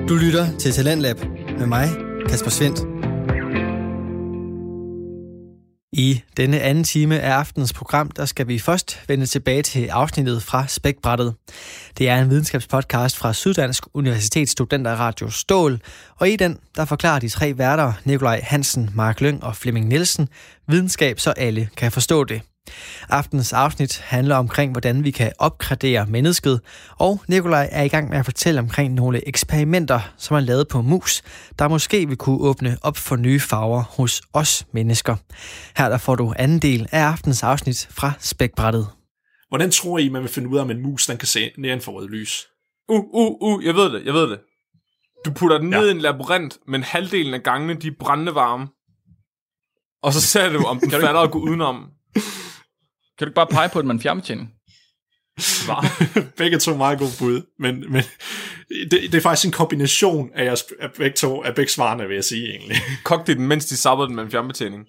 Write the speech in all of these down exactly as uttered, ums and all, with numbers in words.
Du lytter til Talentlab med mig, Kasper Svendt. I denne anden time af aftenens program, der skal vi først vende tilbage til afsnittet fra Spækbrættet. Det er en videnskabspodcast fra Syddansk Universitets Studenterradio Stål, og i den, der forklarer de tre værter, Nikolaj Hansen, Mark Lyng og Flemming Nielsen, videnskab, så alle kan forstå det. Aftens afsnit handler omkring, hvordan vi kan opgradere mennesket, og Nikolaj er i gang med at fortælle omkring nogle eksperimenter, som er lavet på mus, der måske vil kunne åbne op for nye farver hos os mennesker. Her der får du anden del af aftens afsnit fra Spækbrættet. Hvordan tror I, man vil finde ud af, om en mus den kan se neonforrødt lys? Uh, uh, uh, jeg ved det, jeg ved det. Du putter den ned Ja. i en labyrint, men halvdelen af gangene, de er brændende varme. Og så ser du, om den fatter at gå udenom. Kan du ikke bare pege på, at man er fjernbetjening? Begge to meget gode bud, men, men det, det er faktisk en kombination af, jeres, af begge to, af begge svarene, vil jeg sige egentlig. Kogte den, mens de sappede den med en fjernbetjening.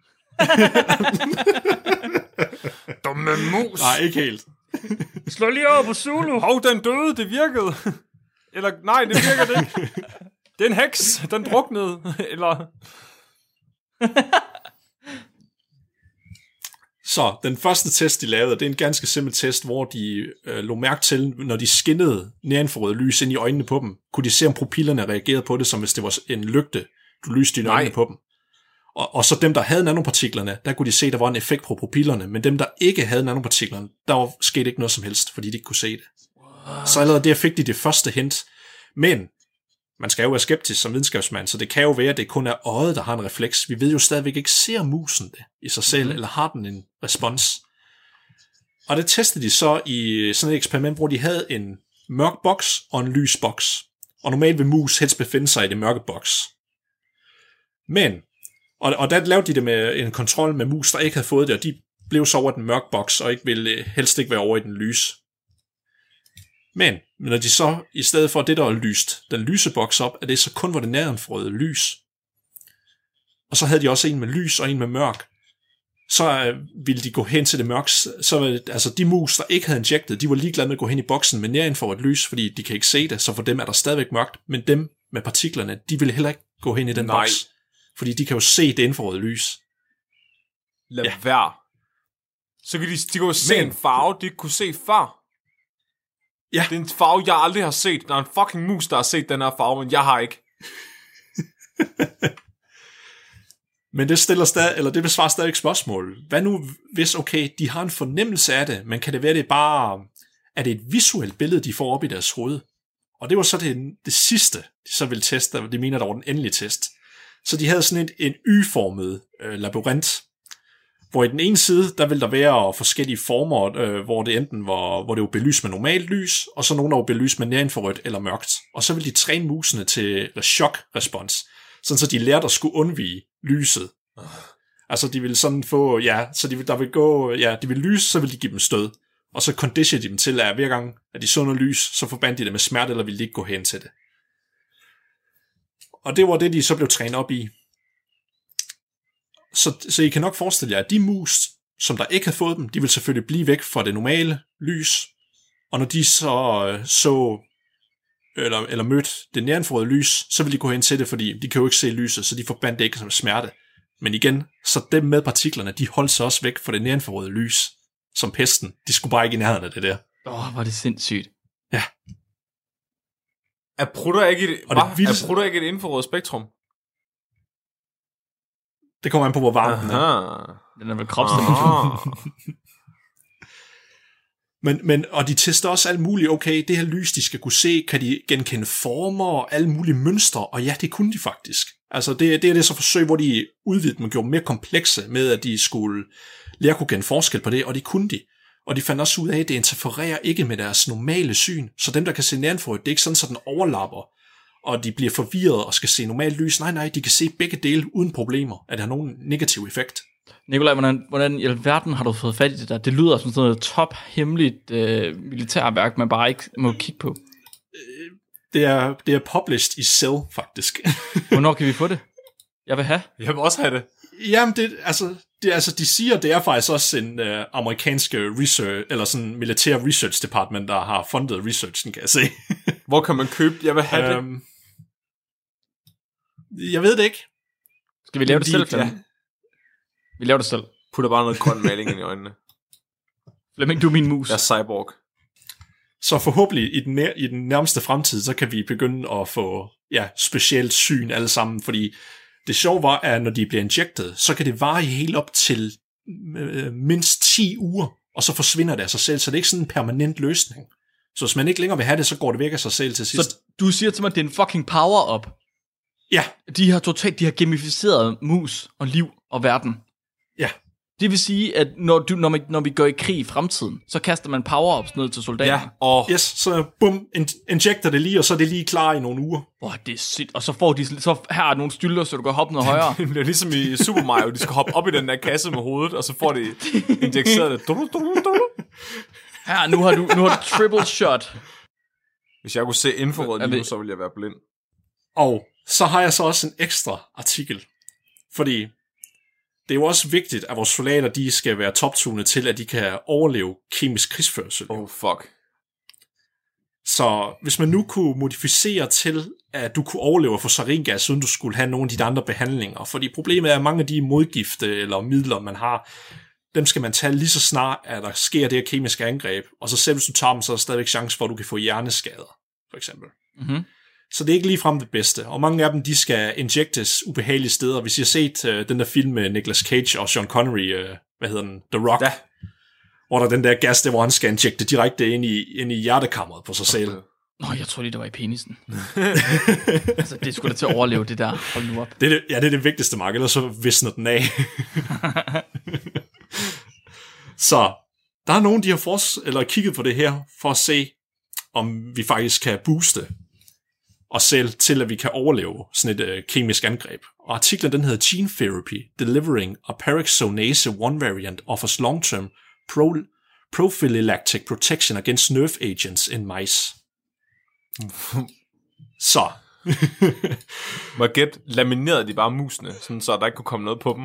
Dumme mus. Nej, ikke helt. Slå lige over på Zulu. Hov, den døde, det virkede. Eller, nej, det virker det ikke. Det er en heks, den druknede. Eller... Så den første test, de lavede, det er en ganske simpel test, hvor de øh, lå mærke til, når de skinnede neonforrødt lys ind i øjnene på dem, kunne de se, om pupillerne reagerede på det, som hvis det var en lygte, du lyste dine øjne på dem. Og, og så dem, der havde nanopartiklerne, der kunne de se, at der var en effekt på pupillerne, men dem, der ikke havde nanopartiklerne, der var, skete ikke noget som helst, fordi de ikke kunne se det. What? Så allerede der fik de det første hint. Men man skal jo være skeptisk som videnskabsmand, så det kan jo være, at det kun er øjet, der har en refleks. Vi ved jo stadigvæk ikke, ser musen det i sig selv, mm. eller har den en respons. Og det testede de så i sådan et eksperiment, hvor de havde en mørk boks og en lys boks. Og normalt vil mus helst befinde sig i det mørke boks. Men, og, og der lavede de det med en kontrol med mus, der ikke havde fået det, og de blev så over den mørke boks, og ikke ville helst ikke være over i den lys. Men når de så, i stedet for det, der er lyst, den lyse boks op, er det så kun, hvor det neonforrøde lys. Og så havde de også en med lys og en med mørk. Så øh, ville de gå hen til det mørke. Så altså de mus, der ikke havde injektet, de var ligeglade med at gå hen i boksen med neonforrødt lys, fordi de kan ikke se det, så for dem er der stadigvæk mørkt. Men dem med partiklerne, de ville heller ikke gå hen i den Nej. boks, fordi de kan jo se det infrarøde lys. Lad Ja. være. Så kan de, de kunne se Men- en farve, de ikke kunne se før. Ja. Det er en farve, jeg aldrig har set. Der er en fucking mus, der har set den her farve, men jeg har ikke. Men det stiller stadig, eller det besvarer stadig spørgsmål. Hvad nu, hvis okay, de har en fornemmelse af det, men kan det være, det er bare, er det et visuelt billede, de får op i deres hoved? Og det var så det, det sidste, de så ville teste, de mener, der var den endelige test. Så de havde sådan et, en Y-formet øh, labyrint, hvor i den ene side, der vil der være forskellige former, øh, hvor det enten var, hvor det var belyst med normalt lys, og så nogle, der var belyst med neonforrødt eller mørkt. Og så vil de træne musene til chok-respons, sådan så de lærte at skulle undvige lyset. Altså de vil sådan få, ja, så de vil, der vil gå, ja, de vil lyse, så vil de give dem stød. Og så conditioner de dem til, at hver gang, at de så noget lys, så forbandt de det med smerte, eller ville de ikke gå hen til det. Og det var det, de så blev trænet op i. Så, så I kan nok forestille jer, at de mus, som der ikke havde fået dem, de vil selvfølgelig blive væk fra det normale lys. Og når de så øh, så, eller, eller mødte det neonforrøde lys, så vil de gå hen til det, fordi de kan jo ikke se lyset, så de forbandt det ikke som smerte. Men igen, så dem med partiklerne, de holdt sig også væk fra det neonforrøde lys, som pesten. De skulle bare ikke i nærheden af det der. Åh, oh, hvor er det sindssygt. Ja. Er prutter ikke et, Og det hva? vildeste- Er prutter ikke et infrarødt spektrum? Det kommer an på, hvor varmt den er. Aha. Den er vel kropstemperatur. Ah. Men, men, og de tester også alt muligt. Okay, det her lys, de skal kunne se, kan de genkende former og alle mulige mønstre, og ja, det kunne de faktisk. Altså, det, det er det så forsøg, hvor de udvidede dem, gjorde mere komplekse med, at de skulle lære at kunne kende forskel på det, og det kunne de. Og de fandt også ud af, at det interfererer ikke med deres normale syn, så dem, der kan se neonforrødt, det er ikke sådan, så den overlapper, og de bliver forvirret og skal se normalt lys. Nej, nej, de kan se begge dele uden problemer, at det har nogen negativ effekt. Nikolaj, hvordan, hvordan i alverden har du fået fat i det der? Det lyder som sådan noget top hemmeligt øh, militærværk, man bare ikke må kigge på. Det er, det er published i Cell, faktisk. Hvornår kan vi få det? Jeg vil have. Jeg vil også have det. Jamen, det, altså, det, altså, de siger, det er faktisk også en øh, amerikansk research, eller sådan militær research department, der har fundet researchen, kan jeg se. Hvor kan man købe? Jeg vil have det. Øhm, Jeg ved det ikke. Skal vi lave det De- selv, Flemming? ja. Vi laver det selv. Putter bare noget grøn maling ind i øjnene. Flemming, du er min mus. Jeg er cyborg. Så forhåbentlig i den, nær, i den nærmeste fremtid, så kan vi begynde at få ja, specielt syn alle sammen, fordi det sjove var, at når de bliver injected, så kan det vare helt op til øh, mindst ti uger, og så forsvinder det af sig selv, så det er ikke sådan en permanent løsning. Så hvis man ikke længere vil have det, så går det væk af sig selv til sidst. Så du siger til mig, at det er en fucking power-up. Ja, De har totalt, de har gamificeret mus og liv og verden. ja. Det vil sige, at når, du, når, man, når vi går i krig i fremtiden, så kaster man power-ups ned til soldater. Ja, og Yes, så bum, in- injecter det lige, og så er det lige klar i nogle uger. Åh, det er sygt. Og så får de, så her er nogle stylter, så du kan hoppe noget højere. det bliver ligesom i Super Mario, de skal hoppe op i den der kasse med hovedet, og så får de injiceret det. Her, nu har du, nu har du triple shot. Hvis jeg kunne se infrarød Jeg lige nu, ved- så ville jeg være blind. Og så har jeg så også en ekstra artikel, fordi det er jo også vigtigt, at vores soldater, de skal være toptunet til, at de kan overleve kemisk krigsførsel. Oh, fuck. Så hvis man nu kunne modificere til, at du kunne overleve at få saringas, uden du skulle have nogle af de andre behandlinger, fordi problemet er, at mange af de modgifte eller midler, man har, dem skal man tage lige så snart, at der sker det her kemiske angreb, og så selv hvis du tager dem, så er der stadigvæk chance for, at du kan få hjerneskader, for eksempel. Mm-hmm. Så det er ikke ligefrem det bedste. Og mange af dem, de skal injectes ubehagelige steder. Hvis I har set uh, den der film med Nicolas Cage og Sean Connery, uh, hvad hedder den? The Rock. Ja. Hvor der er den der gas, der hvor han skal injecte direkte ind i, ind i hjertekammeret på sig selv. Nå, jeg tror lige, det var i penisen. Altså, det skulle da til at overleve det der. Hold nu op. Det er det, ja, det er det vigtigste, Mark, ellers så visner den af. Så der er nogen, de har fors- eller kigget på det her, for at se, om vi faktisk kan booste os selv til, at vi kan overleve sådan et øh, kemisk angreb. Og artiklen, den hedder Gene Therapy, Delivering a Parexonase One Variant Offers Long-Term pro- Prophylactic Protection Against Nerve Agents in Mice. Så. Må jeg gætte, laminerede de bare musene, sådan så der ikke kunne komme noget på dem?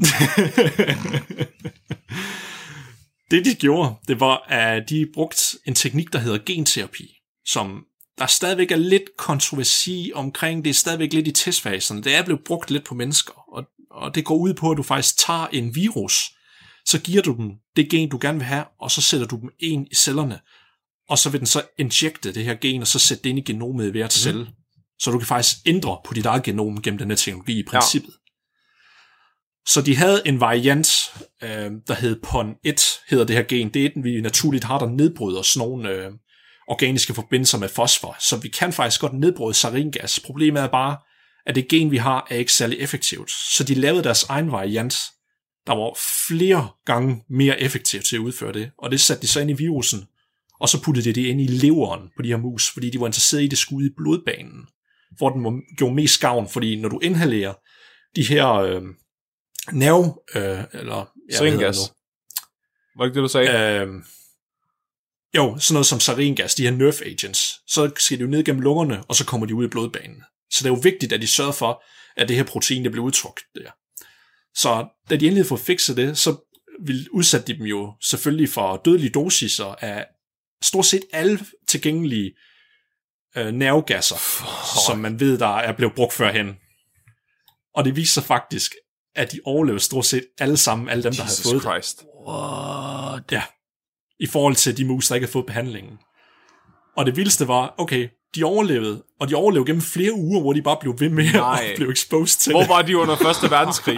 Det, de gjorde, det var, at de brugte en teknik, der hedder genterapi, som der stadigvæk er lidt kontroversi omkring, det er stadigvæk lidt i testfasen. Det er blevet brugt lidt på mennesker, og, og det går ud på, at du faktisk tager en virus, så giver du dem det gen, du gerne vil have, og så sætter du dem ind i cellerne, og så vil den så injekte det her gen, og så sætte det ind i genomet i hvert mm. celle. Så du kan faktisk ændre på dit eget genom gennem den her teknologi i princippet. Ja. Så de havde en variant, øh, der hed P O N et, hedder det her gen. Det er den, vi naturligt har, der nedbryder sådan nogle øh, organiske forbindelser med fosfor. Så vi kan faktisk godt nedbryde saringas. Problemet er bare, at det gen, vi har, er ikke særlig effektivt. Så de lavede deres egen variant, der var flere gange mere effektivt til at udføre det. Og det satte de så ind i virusen, og så puttede de det ind i leveren på de her mus, fordi de var interesserede i det skulle i blodbanen, hvor den gjorde mest gavn, fordi når du inhalerer de her øh, nerve, øh, eller... Ja, saringas. Var det ikke det, du sagde? Øh, jo, sådan noget som saringas, de her nerve agents, så skal de jo ned gennem lungerne, og så kommer de ud i blodbanen. Så det er jo vigtigt, at de sørger for, at det her protein, der bliver udtrykt der. Så da de endelig får fikset det, så vil udsætte de dem jo selvfølgelig for dødelige dosiser af stort set alle tilgængelige øh, nervegasser, oh. som man ved, der er blevet brugt førhen. Og det viser sig faktisk, at de overlever stort set alle sammen, alle dem, der Jesus har fået Christ. det. What? Ja, i forhold til de mus, der ikke har fået behandlingen. Og det vildeste var, okay, de overlevede, og de overlevede gennem flere uger, hvor de bare blev ved med Nej. at blive exposed til Hvor det. var de under første verdenskrig?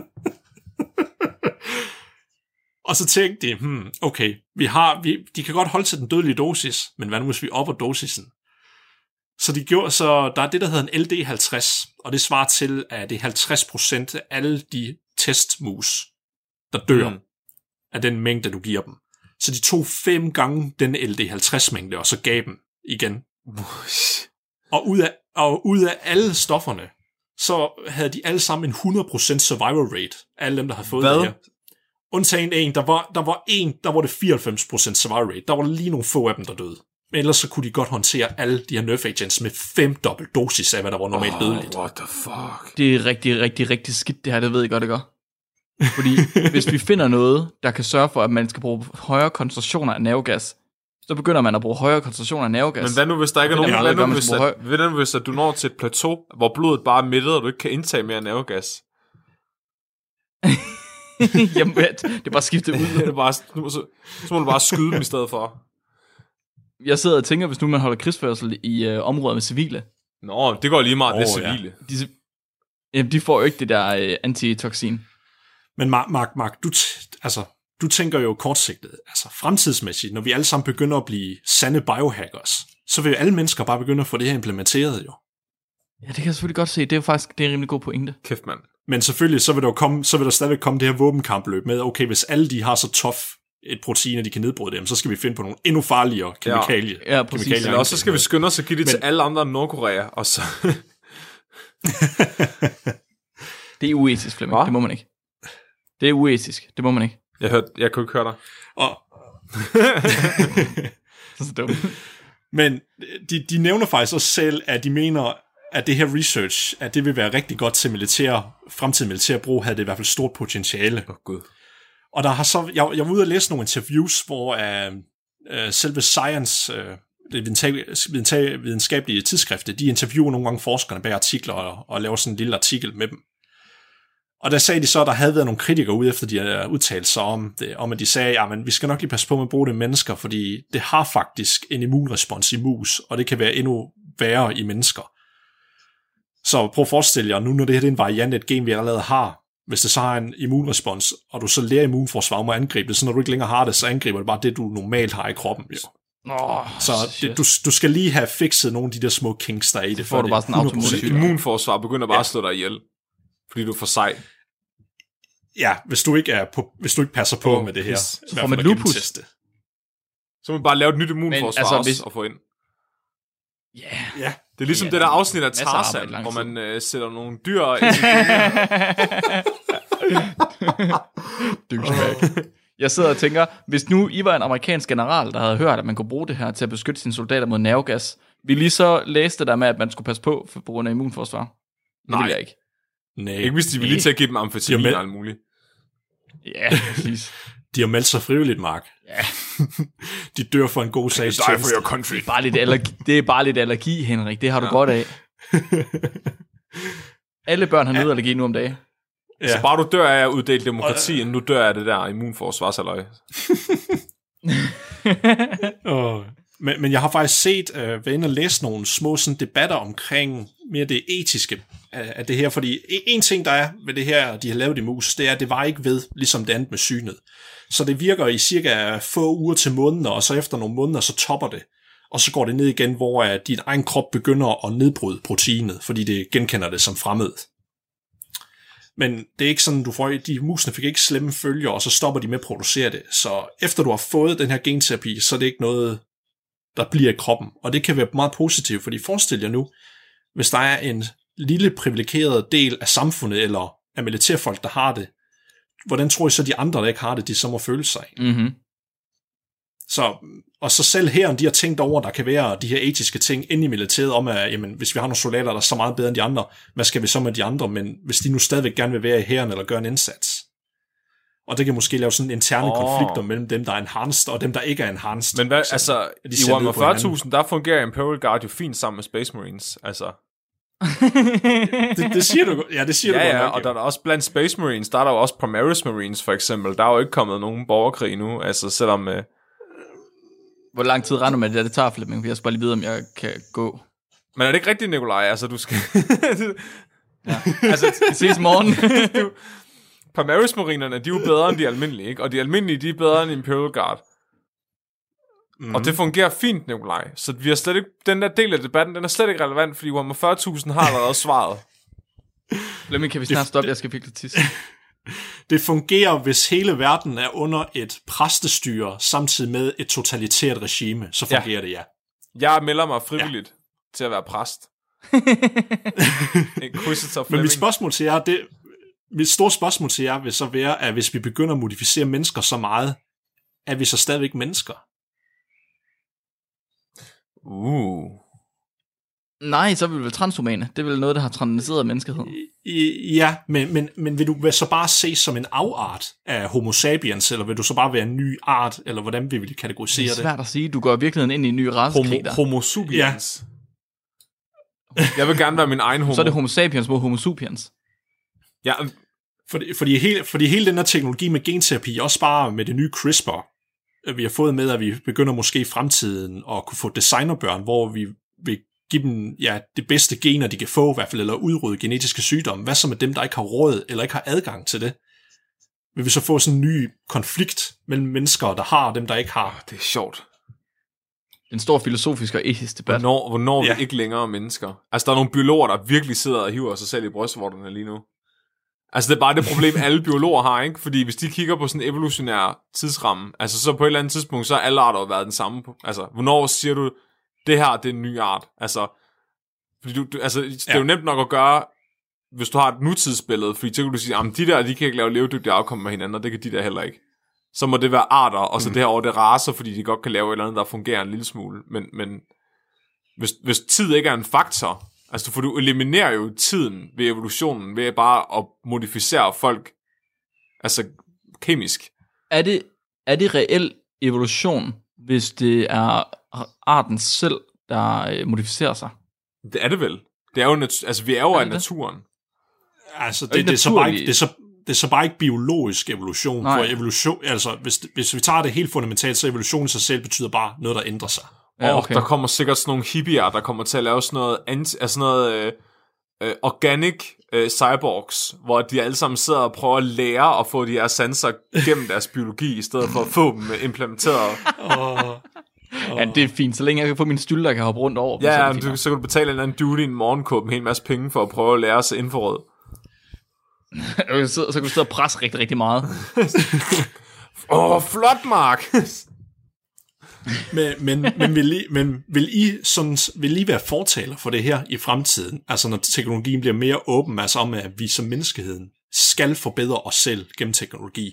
Og så tænkte de, hmm, okay, vi har, vi, de kan godt holde til den dødelige dosis, men hvad nu hvis vi opper dosisen? Så de gjorde, så der er det, der hedder en L D halvtreds, og det svarer til, at det er halvtreds procent af alle de testmus, der dør mm. af den mængde, du giver dem. Så de tog fem gange den L D halvtreds mængde, og så gav dem igen. Og ud af, og ud af alle stofferne, så havde de alle sammen en hundrede procent survival rate, alle dem, der har fået Hvad? det her. Undtagen en, der var, der var en, der var det fireoghalvfems procent survival rate. Der var lige nogle få af dem, der døde. Men ellers så kunne de godt håndtere alle de her nerve agents med fem dobbelt dosis af, hvad der var normalt oh, dødeligt. What the fuck? Det er rigtig, rigtig, rigtig skidt, det her, det ved jeg godt, det gør. Fordi hvis vi finder noget, der kan sørge for, at man skal bruge højere koncentrationer af nervegas, så begynder man at bruge højere koncentrationer af nervegas. Men hvad nu, hvis der ikke er nogen... Ja, Hvad nu, man hvis, skal bruge at, hvad nu, hvis at du når til et plateau, hvor blodet bare er mættet, og du ikke kan indtage mere nervegas? Jamen, det er bare skiftet ud. Det er bare, så, så må du bare skyde dem i stedet for. Jeg sidder og tænker, hvis nu man holder krigsførsel i øh, områder med civile. Nå, det går lige meget, oh, det er ja. civile. De, jamen, de får jo ikke det der øh, antitoksin. Men Mark, Mark, Mark du, t- altså, du tænker jo kortsigtet, altså fremtidsmæssigt, når vi alle sammen begynder at blive sande biohackers, så vil jo alle mennesker bare begynde at få det her implementeret jo. Ja, det kan jeg selvfølgelig godt se. Det er jo faktisk det er en rimelig god pointe. Kæft, mand. Men selvfølgelig, så vil der jo komme, så vil der stadigvæk komme det her våbenkampløb med, okay, hvis alle de har så tough et protein, at de kan nedbryde dem, så skal vi finde på nogle endnu farligere kemikalier. Ja, ja præcis. Kemikalier, Eller også så skal vi skynde os og give det Men... til alle andre end Nordkorea, og så... Det er uetisk, Flemming. Hva? Det må man ikke. Det er uetisk. Det må man ikke. Jeg, hørte, jeg kunne ikke høre dig. Og... Det er så dumt. Men de, de nævner faktisk også selv, at de mener, at det her research, at det vil være rigtig godt til militær, fremtidig militær brug, havde det i hvert fald stort potentiale. Åh, oh, gud. Og der har så, jeg, jeg var ude og læse nogle interviews, hvor uh, uh, selve Science, uh, det videnskabelige, videnskabelige tidsskrifter, de interviewer nogle gange forskerne bag artikler og, og laver sådan en lille artikel med dem. Og der sagde de så, at der havde været nogle kritikere ude efter, de havde udtalt sig om det, om at de sagde, at vi skal nok lige passe på med at bruge det i mennesker, fordi det har faktisk en immunrespons i mus, og det kan være endnu værre i mennesker. Så prøv at forestille jer, nu når det her det er en variant af et gen, vi allerede har, hvis det så har en immunrespons, og du så lærer immunforsvar om at angribe det, så når du ikke længere har det, så angriber det bare det, du normalt har i kroppen. Jo. Oh, så det, du, du skal lige have fikset nogle af de der små kinks, der er i det. Så får du bare sådan en automatisk immunforsvar begynder bare ja. at slå dig ihjel, fordi du er for sej. Ja, hvis du ikke er på, hvis du ikke passer på oh, med det her, så får man lupus. Så må man bare lave et nyt immunforsvar altså, også hvis... og få ind. Ja. Yeah. Ja. Det er ligesom yeah, det der afsnit af Tarzan, hvor man øh, sætter nogle dyr ind i Jeg sidder og tænker, hvis nu I var en amerikansk general, der havde hørt, at man kunne bruge det her til at beskytte sine soldater mod nervegas, ville I så læse det der med, at man skulle passe på for, på grund af immunforsvar? Det Nej. vil jeg ikke. Nej. Ikke hvis de vil lige til at give dem amfetamin og alt muligt. Ja, præcis. De har meldt sig frivilligt, Mark. Ja. De dør for en god sags tjeneste. for your country. Det er bare lidt allergi, det er bare lidt allergi, Henrik. Det har du ja. godt af. Alle børn har nødallergi nu om dagen. Ja. Så bare du dør af at uddele demokrati, end nu dør af det der immunforsvarsaløj. oh. men, men jeg har faktisk set, øh, været inde og læse nogle små sådan, debatter omkring mere det etiske af, af det her, fordi en ting, der er ved det her, de har lavet i mus, det er, at det var ikke ved, ligesom det andet med synet. Så det virker i cirka få uger til måneder, og så efter nogle måneder, så topper det. Og så går det ned igen, hvor uh, din egen krop begynder at nedbryde proteinet, fordi det genkender det som fremmed. Men det er ikke sådan, du får, de musene fik ikke slemme følger, og så stopper de med at producere det. Så efter du har fået den her genterapi, så er det ikke noget, der bliver i kroppen. Og det kan være meget positivt, fordi forestil jer nu, hvis der er en lille privilegeret del af samfundet, eller af militærfolk, der har det, hvordan tror I så, de andre, der ikke har det, de så må føle sig? Mm-hmm. Så, og så selv her, de har tænkt over, der kan være de her etiske ting inde i militæret om, at jamen, hvis vi har nogle soldater, der er så meget bedre end de andre, hvad skal vi så med de andre? Men hvis de nu stadigvæk gerne vil være i hæren eller gøre en indsats. Og det kan måske lave sådan interne oh. konflikter mellem dem, der er enhanced, og dem, der ikke er enhanced. Men hvad, altså, i Warhammer fyrre tusind, der fungerer Imperial Guard jo fint sammen med Space Marines, altså. det, det siger du, ja, det siger ja, du godt ja, nok, og der er der også blandt Space Marines, der er der jo også Primaris Marines, for eksempel. Der er jo ikke kommet nogen borgerkrig nu, altså selvom... Øh, Hvor lang tid regner med det, det tager, Flemming? Jeg skal bare lige vide, om jeg kan gå. Men er det ikke rigtigt, Nikolaj? Altså, du skal... ja. Altså, vi ses i morgen. du... Primaris-marinerne, de er jo bedre end de almindelige, ikke? Og de almindelige, de er bedre end Imperial Guard. Mm. Og det fungerer fint, Nikolaj. Så vi har slet ikke... Den der del af debatten, den er slet ikke relevant, fordi Warhammer fyrre tusind har allerede svaret. Flemming, kan vi snart stoppe? Jeg skal virkelig tisse. Det fungerer, hvis hele verden er under et præstestyre, samtidig med et totalitært regime. Så fungerer ja. det, ja. Jeg melder mig frivilligt ja. til at være præst. Men mit spørgsmål til jer, det, mit store spørgsmål til jer vil så være, at hvis vi begynder at modificere mennesker så meget, er vi så stadigvæk mennesker? Uh. Nej, så vil det vel transhumane. Det er vel noget, der har transcenderet menneskeheden. I, ja, men, men, men vil du så bare ses som en afart af homo sapiens, eller vil du så bare være en ny art, eller hvordan vil vi kategorisere det? Det er svært at sige. Du går i virkeligheden ind i en ny racekrig der. Homo sapiens. Ja. Jeg vil gerne være min egen homo. Så er det homo sapiens mod homo sapiens. Ja, fordi, fordi, hele, fordi hele den her teknologi med genterapi, også bare med det nye CRISPR, vi har fået med, at vi begynder måske i fremtiden at kunne få designerbørn, hvor vi vil give dem ja, det bedste gener, de kan få, i hvert fald, eller udrydde genetiske sygdomme. Hvad så med dem, der ikke har råd, eller ikke har adgang til det? Vil vi så få sådan en ny konflikt mellem mennesker, der har, og dem, der ikke har? Det er sjovt. En stor filosofisk og etisk debat. Hvornår, hvornår ja. vi ikke længere mennesker? Altså, der er nogle biologer, der virkelig sidder og hiver sig selv i brystvorterne lige nu. Altså, det er bare det problem, alle biologer har, ikke? Fordi hvis de kigger på sådan en evolutionær tidsramme, altså så på et eller andet tidspunkt, så har alle arter været den samme. Altså, hvornår siger du, det her, det er en ny art? Altså, fordi du, du, altså det er jo nemt nok at gøre, hvis du har et nutidsbillede, fordi så kan du sige, at de der, de kan ikke lave levedygtige afkom med hinanden, og det kan de der heller ikke. Så må det være arter, og så mm. det her over det racer, fordi de godt kan lave et eller andet, der fungerer en lille smule. Men, men hvis, hvis tid ikke er en faktor, altså for du eliminerer jo tiden ved evolutionen, ved bare at modificere folk, altså kemisk. Er det, er det reel evolution, hvis det er arten selv, der modificerer sig? Det er det vel. Det er jo nat- altså vi er jo af naturen. Altså det, det, er så bare ikke, det, er så, det er så bare ikke biologisk evolution. Nej. For evolution, altså hvis, hvis vi tager det helt fundamentalt, så evolution i sig selv betyder bare noget, der ændrer sig. Ja, okay. Og der kommer sikkert sådan nogle hippier, der kommer til at lave sådan noget, anti, altså noget øh, øh, organic øh, cyborgs, hvor de alle sammen sidder og prøver at lære at få de her sanser gennem deres biologi, i stedet for at få dem implementeret. oh. Oh. Ja, det er fint, så længe jeg kan få min style, der kan hoppe rundt over. Ja, ja du, så kan du betale en eller anden dude i en morgenkåb en hel masse penge for at prøve at lære sig infrarød. så, så kan du sidde og presse rigtig, rigtig meget. Åh, oh, flot, Mark! men, men, men, vil I, men vil I sådan, vil I være fortaler for det her i fremtiden? Altså når teknologien bliver mere åben, altså om at vi som menneskeheden skal forbedre os selv gennem teknologi?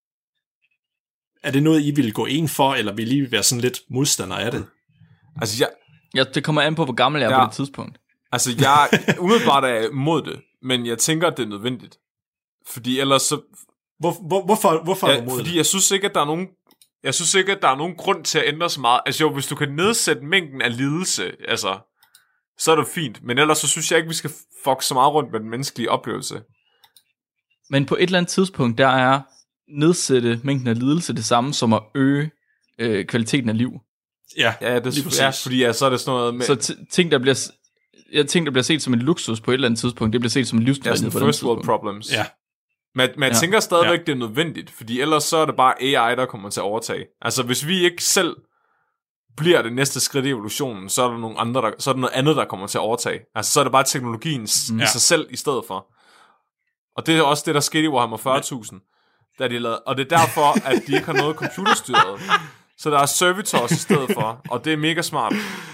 Er det noget, I vil gå ind for, eller vil I være sådan lidt modstander af det? Altså, jeg... Ja, det kommer an på, hvor gammel jeg er ja. på det tidspunkt. Altså, jeg umiddelbart er imod det, men jeg tænker, at det er nødvendigt. Fordi ellers så... Hvor, hvor, hvorfor hvorfor ja, er du imod fordi det? jeg synes ikke, at der er nogen... Jeg synes ikke, at der er nogen grund til at ændre så meget. Altså jo, hvis du kan nedsætte mængden af lidelse, altså, så er det fint. Men ellers så synes jeg ikke, vi skal fuck så meget rundt med den menneskelige oplevelse. Men på et eller andet tidspunkt, der er nedsætte mængden af lidelse det samme som at øge øh, kvaliteten af liv. Ja, ja, det er ja, fordi ja, så er det sådan noget med... Så t- ting, der bliver, jeg ting, der bliver set som en luksus på et eller andet tidspunkt, det bliver set som en livsnødvendighed ja, på et first world problems. Ja. Men, men jeg ja. tænker stadigvæk, ja. det er nødvendigt, fordi ellers så er det bare A I, der kommer til at overtage. Altså, hvis vi ikke selv bliver det næste skridt i evolutionen, så er der, nogle andre, der, så er der noget andet, der kommer til at overtage. Altså, så er det bare teknologien mm. i sig selv i stedet for. Og det er også det, der skete i Warhammer fyrre tusind. Da de lavede, og det er derfor, at de ikke har noget computerstyret. Så der er servitors i stedet for, og det er mega smart.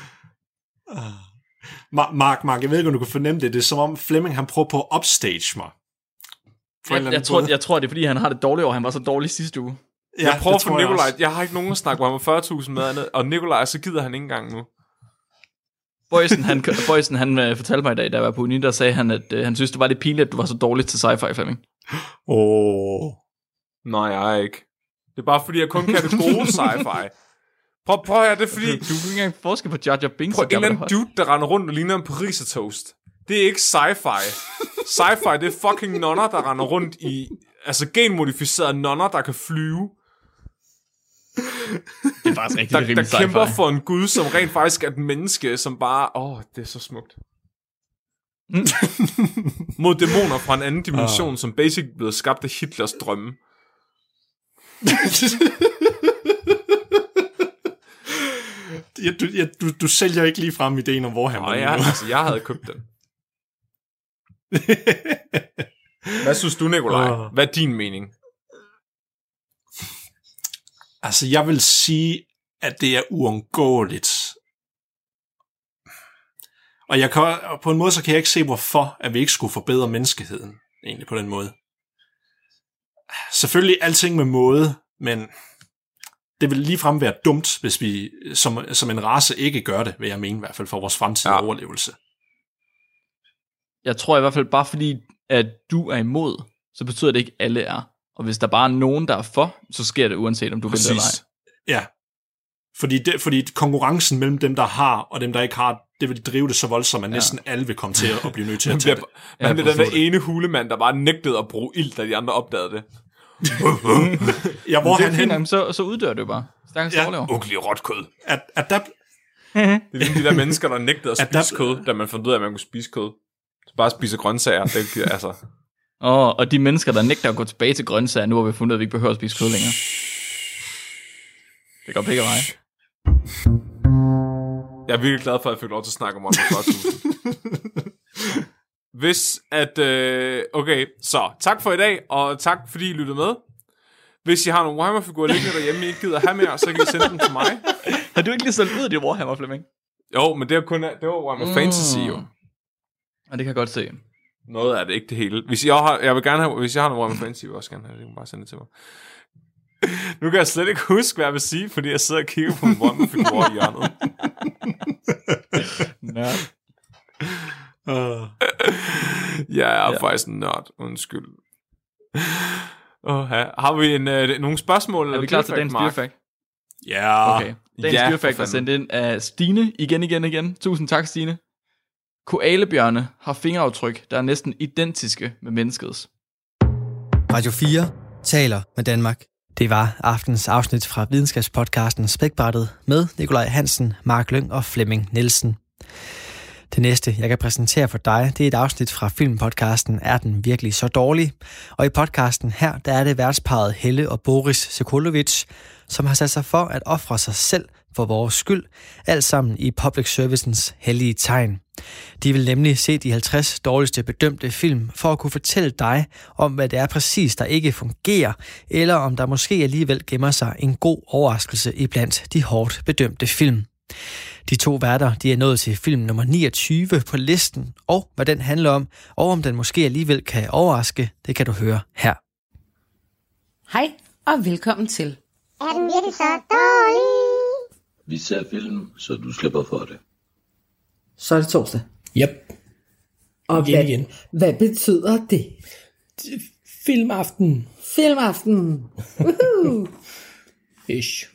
Mark, Mark, jeg ved ikke, om du kan fornemme det. Det er som om Flemming, han prøver på at upstage mig. Jeg, jeg, tror, jeg tror, det er, fordi han har det dårligt, og han var så dårlig sidste uge. Ja, jeg prøver for Nikolaj. Jeg, jeg har ikke nogen at snakke med ham om fyrre tusind med andet, og Nikolaj, så gider han ikke engang nu. Boysen, han, Boysen, han uh, fortalte mig i dag, da jeg var på uni, der sagde han, at uh, han synes, det var lidt pinligt, at du var så dårlig til sci-fi, Flemming. Åh. Oh. Nej, jeg er ikke. Det er bare fordi, jeg kun kan det gode sci-fi. Prøv, prøv at høre, det er fordi... Du, du kan ikke engang forske på Jar Jar Binks. Prøv, en eller anden dude, der render rundt og ligner en parisertoast. Det er ikke sci-fi. Sci-fi, det er fucking nonner, der render rundt i... Altså genmodificerede nonner, der kan flyve. Det er faktisk rigtig der, rimelig der sci-fi. kæmper for en gud, som rent faktisk er et menneske, som bare... Åh, oh, det er så smukt. Mm. Mod dæmoner fra en anden dimension, uh. som basically blev skabt af Hitlers drømme. ja, du, ja, du, du sælger ikke lige frem ideen om Warhammer. Nej, ja, altså, jeg havde købt den. Hvad synes du, Nikolaj? Uh. Hvad er din mening? Altså, jeg vil sige, at det er uundgåeligt. Og jeg kan, på en måde, så kan jeg ikke se, hvorfor at vi ikke skulle forbedre menneskeheden, egentlig på den måde. Selvfølgelig alting med måde, men det vil ligefrem være dumt, hvis vi som, som en race ikke gør det, vil jeg mene i hvert fald, for vores fremtidige ja. overlevelse. Jeg tror i hvert fald, bare fordi, at du er imod, så betyder det ikke, at alle er. Og hvis der bare er nogen, der er for, så sker det uanset, om du vil det eller ej. Ja. Fordi, det, fordi konkurrencen mellem dem, der har, og dem, der ikke har, det vil drive det så voldsomt, at næsten ja. alle vil komme til at blive nødt til at tage det. Man bliver den der ene hulemand, der bare nægtede at bruge ild, da de andre opdagede det. ja, hvor han hen... Gang, så, så uddør det jo bare. Stakkels ja, overlever. ugelig råt kød. At, at der... det er ligesom de der mennesker, der nægtede at spise at kød, da man fandt ud af, at man kunne spise kød. Så bare spise grøntsager. Det, altså. oh, og de mennesker, der nægter at gå tilbage til grøntsager, nu har vi fundet, at vi ikke behøver at spise kød længere. Det går begge veje. Jeg er virkelig glad for, at jeg fik lov til at snakke om Warhammer. Hvis at... Øh, okay, så tak for i dag, og tak fordi I lyttede med. Hvis I har nogle Warhammer-figurer liggende derhjemme, I ikke gider have mere, så kan I sende dem til mig. Har du ikke lige solgt ud af de Warhammer, Flemming? Jo, men det er kun det var Warhammer mm. Fantasy jo. Og det kan jeg godt se. Noget af det, ikke det hele. Hvis jeg har, jeg vil gerne have, hvis jeg har noget Warhammer Fantasy, vil jeg også gerne have det. Jeg kan bare sende det til mig. Nu kan jeg slet ikke huske, hvad jeg vil sige, fordi jeg sidder og kigger på en Warhammer-figur i hjørnet. Nørd. Uh. Jeg er ja. faktisk nørd, undskyld. Uh, har vi en, uh, nogle spørgsmål? Er vi klar til dagens dyrefakt? Ja. Okay. Dagens ja, dyrefakt er sendt ind af Stine, igen, igen, igen. Tusind tak, Stine. Koalebjørne har fingeraftryk, der er næsten identiske med menneskets. Radio fire taler med Danmark. Det var aftens afsnit fra videnskabspodcasten Spækbrættet med Nikolaj Hansen, Mark Lyng og Flemming Nielsen. Det næste, jeg kan præsentere for dig, det er et afsnit fra filmpodcasten Er den virkelig så dårlig? Og i podcasten her, der er det værtsparret Helle og Boris Sekulovic, som har sat sig for at ofre sig selv for vores skyld, alt sammen i public servicens hellige tegn. De vil nemlig se de halvtreds dårligste bedømte film for at kunne fortælle dig om, hvad det er præcis, der ikke fungerer, eller om der måske alligevel gemmer sig en god overraskelse iblandt de hårdt bedømte film. De to værter, de er nået til film nummer niogtyve på listen, og hvad den handler om, og om den måske alligevel kan overraske, det kan du høre her. Hej, og velkommen til. Er den virkelig så dårlig? Vi ser film, så du slipper for det. Så er det torsdag. Yep. Og igen, hvad, igen. hvad betyder det? Filmaften. Filmaften. Woohoo. Ish.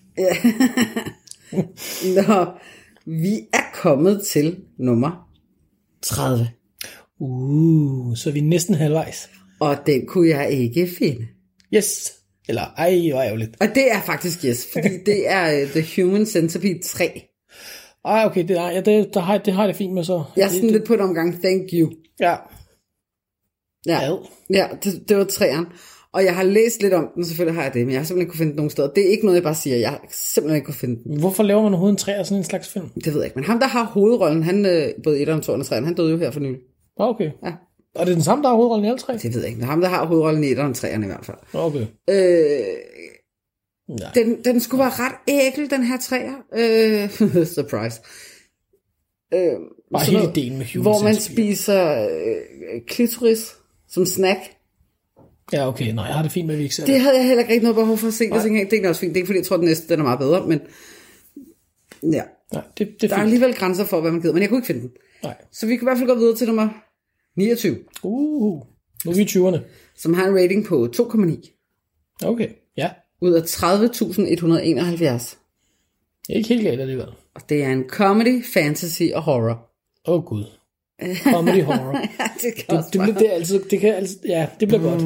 Nå, vi er kommet til nummer tredive. Uh, så er vi næsten halvvejs. Og den kunne jeg ikke finde. Yes. Eller ej, hvor ærgerligt. Og det er faktisk yes, fordi det er uh, The Human Centipede tre. Ej, okay, det, er, ja, det, der har, det har det fint med så. Jeg er sådan det, lidt på et omgang, thank you. Ja. Ja, ja det, det var treeren. Og jeg har læst lidt om den, selvfølgelig har jeg det, men jeg har simpelthen ikke kunne finde den nogen steder. Det er ikke noget, jeg bare siger, jeg har simpelthen ikke kunne finde den. Hvorfor laver man overhovedet en tre af sådan en slags film? Det ved jeg ikke, men ham, der har hovedrollen, han, både et og to og treeren, han døde jo her for nylig. Okay. Ja. Og det er den samme, der har hovedrollen i alle tre? Det ved jeg ikke, men ham, der har hovedrollen i et og treeren i hvert fald. Okay. Øh, ja. den, den skulle være ret ækel, den her træer. Øh, surprise. Øh, Bare hele noget, ideen med Human hvor man Centipede. spiser øh, klitoris som snack. Ja, okay. Nej, jeg har det fint med, at vi ikke ser det. Det havde jeg heller ikke noget behov for at se. Det, det er også fint. Det er ikke, fordi jeg tror, at den næste den er meget bedre, men ja. Nej, det, det er der er alligevel grænser for, hvad man gider, men jeg kunne ikke finde den. Nej. Så vi kan i hvert fald gå videre til nummer niogtyve. Uh, nu er vi i tyverne. Som har en rating på to komma ni. Okay, ja. Ud af tredive tusind et hundrede enoghalvfjerds. Det er ikke helt galt alligevel. Og det er en comedy, fantasy og horror. Åh oh, gud. Comedy horror. Ja, det kan det, også det, det, er altid, det kan altid, ja, det bliver godt.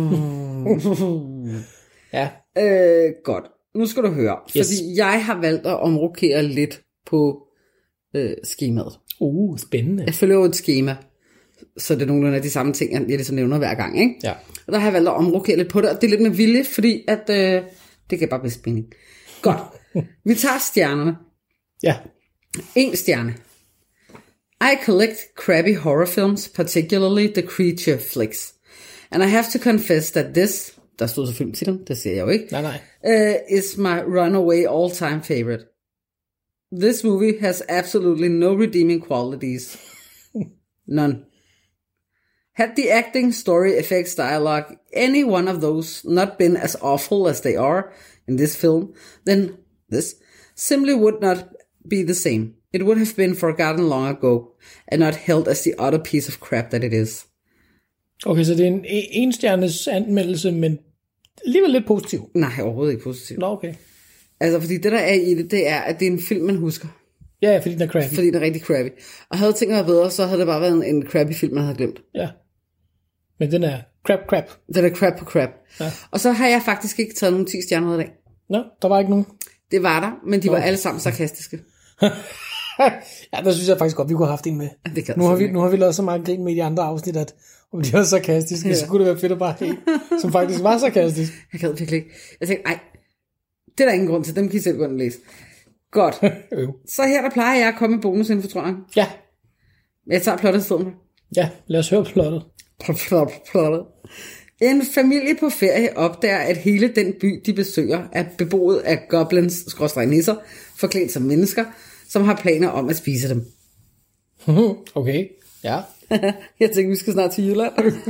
Ja. Øh, godt. Nu skal du høre. Yes. Fordi jeg har valgt at omrokere lidt på øh, skemaet. Uh, spændende. Jeg følger jo et schema, så det er nogenlunde af de samme ting, jeg ligesom nævner hver gang, ikke? Ja. Og der har jeg valgt at omrokere lidt på det, og det er lidt med vilje, fordi at, øh, det kan bare blive spænding. Godt. Vi tager stjernerne. Ja. En stjerne. I collect crappy horror films, particularly the creature flicks. And I have to confess that this, der stod så filmtitlen, det siger jeg jo ikke, nej, nej. Uh, is my runaway all-time favorite. This movie has absolutely no redeeming qualities. None. Had the acting, story, effects, dialogue, any one of those not been as awful as they are in this film, then this, simply would not be the same. It would have been forgotten long ago, and not held as the utter piece of crap that it is. Okay, så det er en enstjernes anmeldelse, men alligevel lidt positiv. Nej, overhovedet ikke positiv. Nå, okay. Altså, fordi det der er i det, det er, at det er en film, man husker. Ja, fordi den er crappy. Fordi den er rigtig crappy. Og havde ting været bedre, så havde det bare været en, en crappy film, man havde glemt. Ja. Men den er crap, crap. Den er crap på crap. Ja. Og så har jeg faktisk ikke taget nogen ti stjerner i dag. Nå, der var ikke nogen. Det var der, men de var Okay. alle sammen sarkastiske. Ja, der synes jeg faktisk godt, vi kunne have haft en med. Det kan Nu har, vi, simpelthen nu har vi lavet så meget grin med i de andre afsnit, at om de var sarkastiske, ja. Så kunne det være fedt at bare have en, som faktisk var sarkastisk. Jeg gad virkelig ikke. Jeg tænkte, ej, det er der ingen grund til. Dem kan I selv gå ind og læse. Godt. Så her der plejer jeg at komme med bonusinfo, tror jeg. Ja, Jeg tager plottet i stedet. ja, lad os høre plottet. Plot, plot, plottet. En familie på ferie opdager, at hele den by, de besøger, er beboet af goblins-nisser, forklædt som mennesker, som har planer om at spise dem. Okay, ja. Jeg tænker, vi skal snart til Jylland.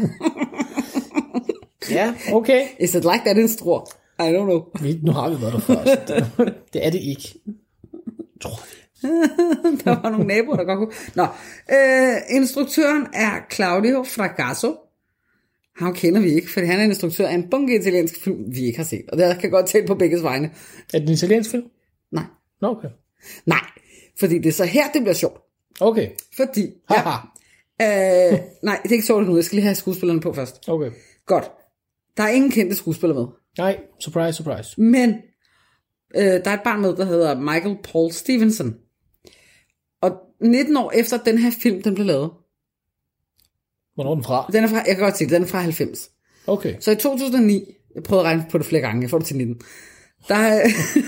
Ja, okay. Is it like that in Struer? I don't know. Vi, nu har vi været der før, så det, det er det ikke. Tror jeg. Der var nogle naboer, der godt kunne... Nå, øh, instruktøren er Claudio Fragasso. Ham kender vi ikke, for han er en instruktør af en bunke italiensk film, vi ikke har set. Og det kan godt tale på begges vegne. Er det en italiensk film? Nej. Nå, okay. Nej, fordi det er så her, det bliver sjovt. Okay. Fordi... Haha. Ja, øh, nej, det er ikke sjovt nu. Jeg skal lige have skuespillerne på først. Okay. Godt. Der er ingen kendte skuespillere med. Nej, surprise, surprise. Men øh, der er et barn med, der hedder Michael Paul Stevenson. Og nitten år efter den her film, den blev lavet. Hvornår er den fra? Den er fra, jeg kan godt sige, den er fra halvfems. Okay. Så i to tusind og ni, jeg prøvede at regne på det flere gange, jeg får det til nitten. Der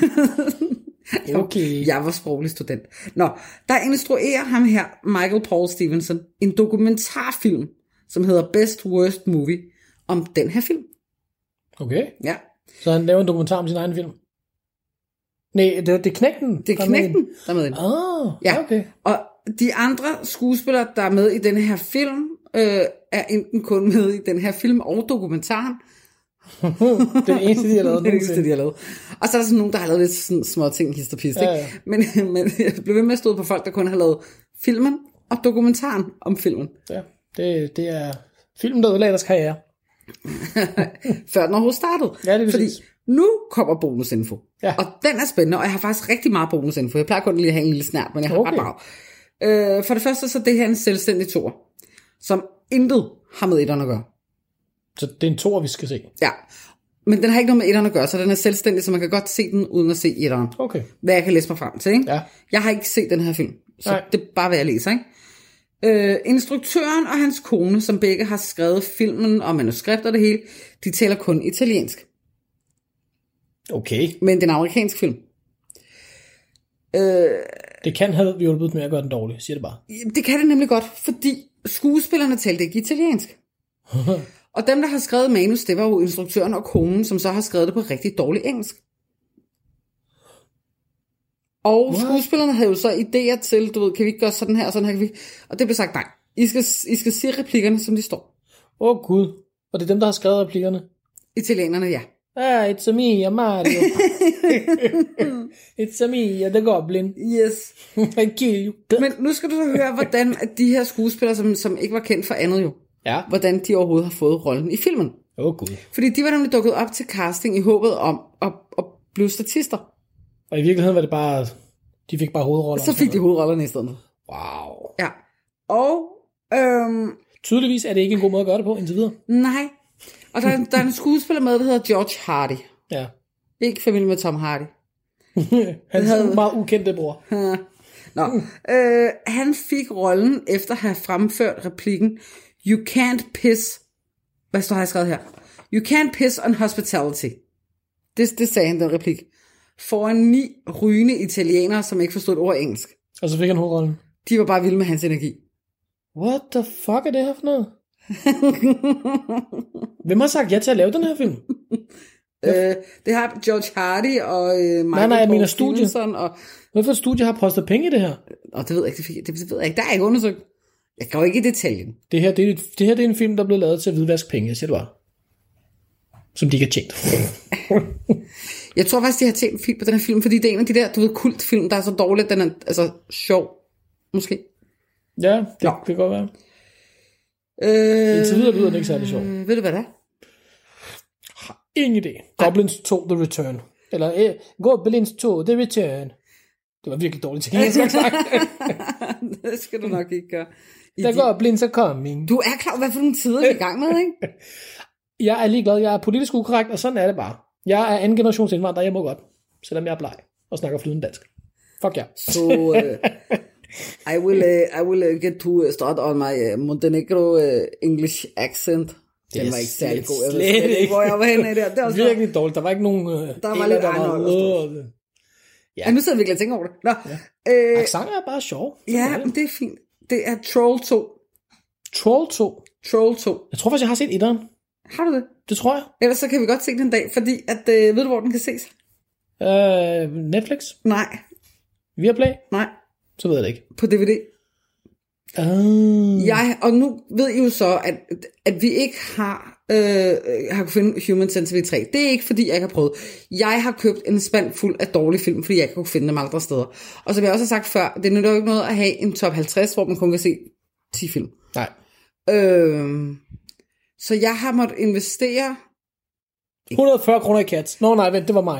Okay. Jeg var sproglig student. Nå, der instruerer ham her, Michael Paul Stevenson, en dokumentarfilm, som hedder Best Worst Movie, om den her film. Okay. Ja, Så han laver en dokumentar om sin egen film? Nej, det, det er Knægten. det er Knægten, der er med i den. Ah, Ja, okay. og de andre skuespillere, der er med i den her film, øh, er enten kun med i den her film og dokumentaren. Det er det eneste, de har lavet Det er det eneste, nogensinde. de har lavet. Og så er der sådan nogen, der har lavet lidt sådan små ting, histerpist, Ja, ja, ja. ja. Men, men jeg blev ved med at stå på folk, der kun har lavet filmen og dokumentaren om filmen, Ja, det, det er filmen, der ødelagde deres karriere. før den overhovedet startede. Ja, det er Fordi præcis. nu kommer bonusinfo. Ja. Og den er spændende, og jeg har faktisk rigtig meget bonusinfo. Jeg plejer kun lige at have en lille snært, men jeg har Okay. ret meget. Øh, for det første, så er det her en selvstændig toer, som intet har med etteren at gøre. Så det er en toer, vi skal se. Ja, men den har ikke noget med etteren at gøre, så den er selvstændig, så man kan godt se den, uden at se etteren. Okay. Hvad jeg kan læse mig frem til, ikke? Ja. Jeg har ikke set den her film, så Nej. det er bare, hvad jeg læser, ikke? Øh, instruktøren og hans kone, som begge har skrevet filmen og manuskript og det hele, de taler kun italiensk. Okay. Men det er en amerikansk film. Øh, Det kan have hjulpet med at gøre den dårlig, siger det bare. det kan det nemlig godt, fordi skuespillerne talte ikke italiensk. Og dem, der har skrevet manus, det var jo instruktøren og konen, som så har skrevet det på rigtig dårlig engelsk. Og What? skuespillerne havde jo så idéer til, du ved, kan vi ikke gøre sådan her og sådan her, kan vi ikke? Og det blev sagt, nej, I skal, I skal sige replikkerne, som de står. Åh oh, gud. Og det er dem, der har skrevet replikkerne. Italienerne, ja. Ah, it's a me, Mario. It's a me, the goblin. Yes. I kill you. Men nu skal du så høre, hvordan at de her skuespillere, som, som ikke var kendt for andet jo, Ja. hvordan de overhovedet har fået rollen i filmen. Åh oh, gud. Fordi de var nemlig dukket op til casting i håbet om at, at blive statister. Og i virkeligheden var det bare, de fik bare hovedroller. Så fik de hovedrollerne i stedet. Wow. Ja. Og, øhm, Tydeligvis er det ikke en god måde at gøre det på, indtil videre. nej. Og der, er- der er en skuespiller med, der hedder George Hardy. Ja. Ikke familie med Tom Hardy. Hans havde- meget ukendte bror. Nå, øh, han fik rollen efter at have fremført replikken, You can't piss, hvad står har jeg skrevet her? You can't piss on hospitality. Det, det sagde han, den replik. Foran ni rygende italienere, som ikke forstod et ord engelsk. Og så fik han hovedrollen. De var bare vilde med hans energi. What the fuck er det her for noget? Hvem har sagt ja til at lave den her film? Øh, det har George Hardy og øh, Michael nej, jeg Paul mener studie. Stevenson og, Hvorfor studie har postet penge i det her? og det ved jeg ikke, det, fik, det ved jeg ikke, der er ikke undersøgt. Jeg går ikke i detaljen. Det her, det, er, det her det er en film, der er blevet lavet til at hvidvaske penge, jeg siger det bare. Som de ikke har tjent. Jeg tror faktisk, de har tjent film på den her film, fordi det er en af de der, du ved, kultfilm, der er så dårligt, den er altså sjov, måske. Ja, det, det kan godt være. Øh, Indtil videre lyder den ikke særlig sjov. Ved du, hvad det er? Ingen idé. Goblins to The Return. Eller eh, Goblins to The Return. Det var virkelig dårligt til engelsk sagt. Det skal du nok ikke gøre. Der de... Goblins are coming. Du er klar, hvad for nogle tider vi er i gang med, ikke? Jeg er ligeglad. Jeg er politisk ukorrekt, og sådan er det bare. Jeg er anden generations indvandrer, jeg må godt. Selvom jeg er bleg og snakker flydende dansk. Fuck ja. So, uh, I will, uh, I will uh, get to start on my uh, Montenegro uh, English accent. Den var ikke særlig god. Jeg ved slet ikke, hvor jeg var henne i der. Det var virkelig dårligt. Der var ikke nogen... Uh, der var lidt Arnold. Ja. Jeg nu sidder jeg virkelig og tænker over det. Nå, ja. øh, Aksanger er bare sjov. Ja, men det er fint. Det er Troll to. Troll to? Troll to. Jeg tror faktisk, jeg har set etteren. Har du det? Det tror jeg. Ellers så kan vi godt se den en dag, fordi at, øh, ved du, hvor den kan ses? Uh, Netflix? Nej. Viaplay? Nej. Så ved jeg det ikke. På D V D. Uh. Jeg, og nu ved I jo så, at, at vi ikke har, øh, har kunnet finde Human Centipede tre. Det er ikke, fordi jeg ikke har prøvet. Jeg har købt en spand fuld af dårlige film, fordi jeg ikke kunne finde dem andre steder. Og som jeg også har sagt før, det nytter jo ikke noget at have en top halvtreds, hvor man kun kan se ti film. Nej. Øh, så jeg har måttet investere... et hundrede og fyrre kroner i Cats. Nå nej, vent, det var mig.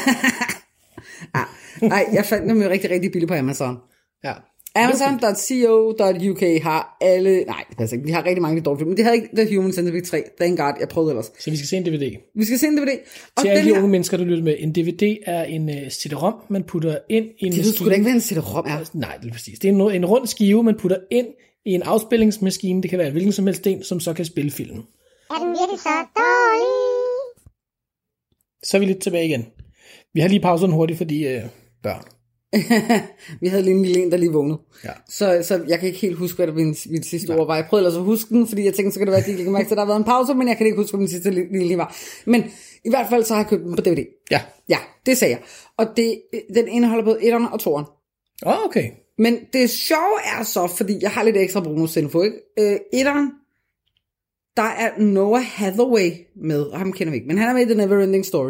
ah, nej, jeg fandt dem jo rigtig, rigtig billigt på Amazon. Ja. Amazon dot co dot U K har alle... Nej, det passer ikke. De har rigtig mange dårlige film, men de havde ikke The Human Centipede tre. Thank God, jeg prøvede ellers. Så vi skal se en D V D. Vi skal se en D V D. Og til alle de her... unge mennesker, der lytter med, en D V D er en uh, C D-rom, man putter ind i en det maskine. Det skulle da ikke være en C D-rom, ja. Nej, det er præcis. Det er en, en rund skive, man putter ind i en afspillingsmaskine. Det kan være hvilken som helst en, som så kan spille filmen. Er den virkelig så dårlig? Så er vi lidt tilbage igen. Vi har lige pauset den hurtigt, fordi uh, børn. Vi havde lige en lille en, der lige vågnede. Ja. Så, så jeg kan ikke helt huske, hvad der min, min sidste ord var. Jeg prøvede ellers at huske den, fordi jeg tænkte, så kan det være, at de ikke mærke, at der har været en pause, men jeg kan ikke huske, hvad min sidste lille lige var. Men i hvert fald, så har jeg købt den på D V D. Ja. Ja, det sagde jeg. Og det, den indeholder både etteren og toeren. Åh, oh, okay. Men det sjove er så, fordi jeg har lidt ekstra bonusinfo, ikke? Øh, etteren, der er Noah Hathaway med, og ham kender vi ikke, men han er med i The Neverending Story.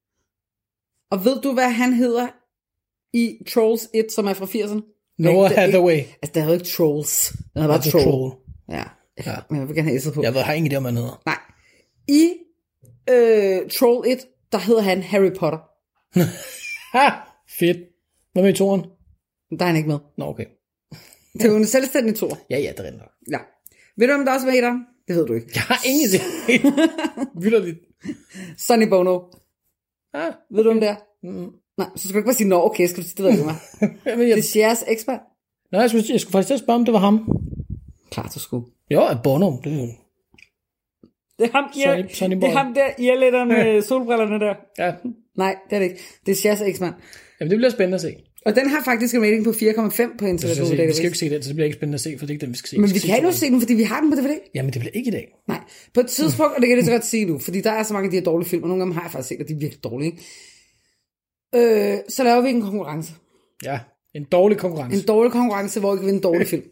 Og ved du, hvad han hedder i Trolls et, som er fra firserne? Noah Hathaway. Ikke, altså, der er jo ikke Trolls. Den er bare altså Troll. troll. Ja, ja, men jeg vil gerne have S'et på. Jeg ved, har ingen idé, om han hedder. Nej. I øh, Troll et, der hedder han Harry Potter. Ha! Fedt. Hvad med i toren? Der er han ikke med. Nå, okay. Det er jo en selvstændig tor. Ja, ja, det er rent nok. Ja. Ved du, om der også er med i der? Det ved du ikke. Jeg har ingen idé. Vildt. Sonny Bono. Ah, ved du, om det er? Mm. Nej, så skal du ikke bare sige, nå, okay, skal du sige, det ved jeg ikke mig. Det er Cher's ekspert. Nej, jeg skulle, jeg skulle faktisk spørge, om det var ham. Klart, du skulle. Jo, at Bono, det er jo... Det er ham, ja, Sonny, Sonny det er ham der, I er lidt med solbrillerne der. Ja. Nej, det er det ikke. Det er Cher's ekspert. Jamen, det bliver spændende at se. Og den har faktisk en rating på fire komma fem på internet. Vi skal jo ikke se den, så det bliver ikke spændende at se, for det er ikke den, vi skal se. Men vi, vi kan jo se den, fordi vi har den på D V D. Jamen, det bliver ikke i dag. Nej, på et tidspunkt, og det kan jeg så godt sige nu, fordi der er så mange af de her dårlige film, og nogle af dem har jeg faktisk set, og de er virkelig dårlige. Øh, så laver vi en konkurrence. Ja, en dårlig konkurrence. En dårlig konkurrence, hvor vi kan vinde en dårlig film.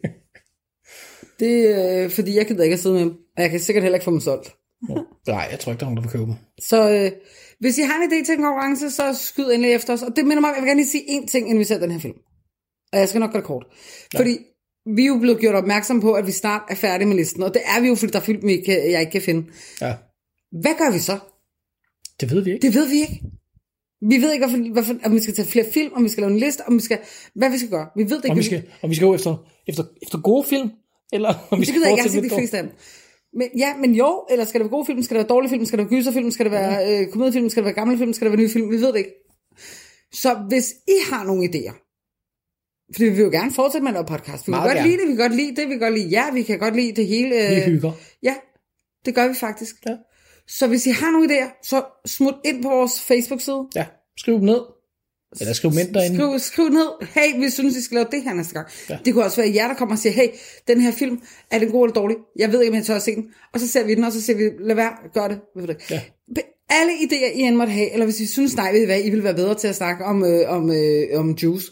Det er øh, fordi, jeg gider ikke at sidde med dem, og jeg kan sikkert heller ikke få dem solgt. Nej, jeg tror ikke, der er nogen, der vil købe dem. Så øh, hvis I har en idé til en konkurrence, så skyd endelig efter os. Og det minder mig, jeg vil gerne lige sige én ting, inden vi ser den her film. Og jeg skal nok gøre det kort. Ja. Fordi vi er jo blevet gjort opmærksom på, at vi snart er færdige med listen. Og det er vi jo, fordi der er film, jeg ikke kan finde. Ja. Hvad gør vi så? Det ved vi ikke. Det ved vi ikke. Vi ved ikke, hvorfor, hvorfor, om vi skal tage flere film, om vi skal lave en liste, om vi skal, hvad vi skal gøre. Vi ved det ikke. Om vi skal, om vi skal gå efter, efter, efter gode film, eller om vi det skal fortsætte med de fleste af dem. Men, ja, men jo, eller skal det være gode film, skal det være dårlige film, skal det være gyserfilm, skal det være øh, komediefilm, skal det være gamle film, skal det være nye film, vi ved det ikke. Så hvis I har nogle idéer, fordi vi vil jo gerne fortsætte med en podcast, vi kan godt lide det, vi kan godt lide det, vi kan godt lide ja, vi kan godt lide det hele. Øh, vi hygger. Ja, det gør vi faktisk. Ja. Så hvis I har nogle idéer, så smut ind på vores Facebook-side. Ja, skriv dem ned. Eller skriv dem ind derinde. Skriv, skriv ned, hey, vi synes, I skal lave det her næste gang. Ja. Det kunne også være jer, der kommer og siger, hey, den her film, er den god eller dårlig? Jeg ved ikke, om jeg tør at se den. Og så ser vi den, og så siger vi, lad være, gør det. Ved det. Ja. Alle idéer, I end måtte have, eller hvis I synes, nej, ved I hvad, I vil være bedre til at snakke om, øh, om, øh, om juice.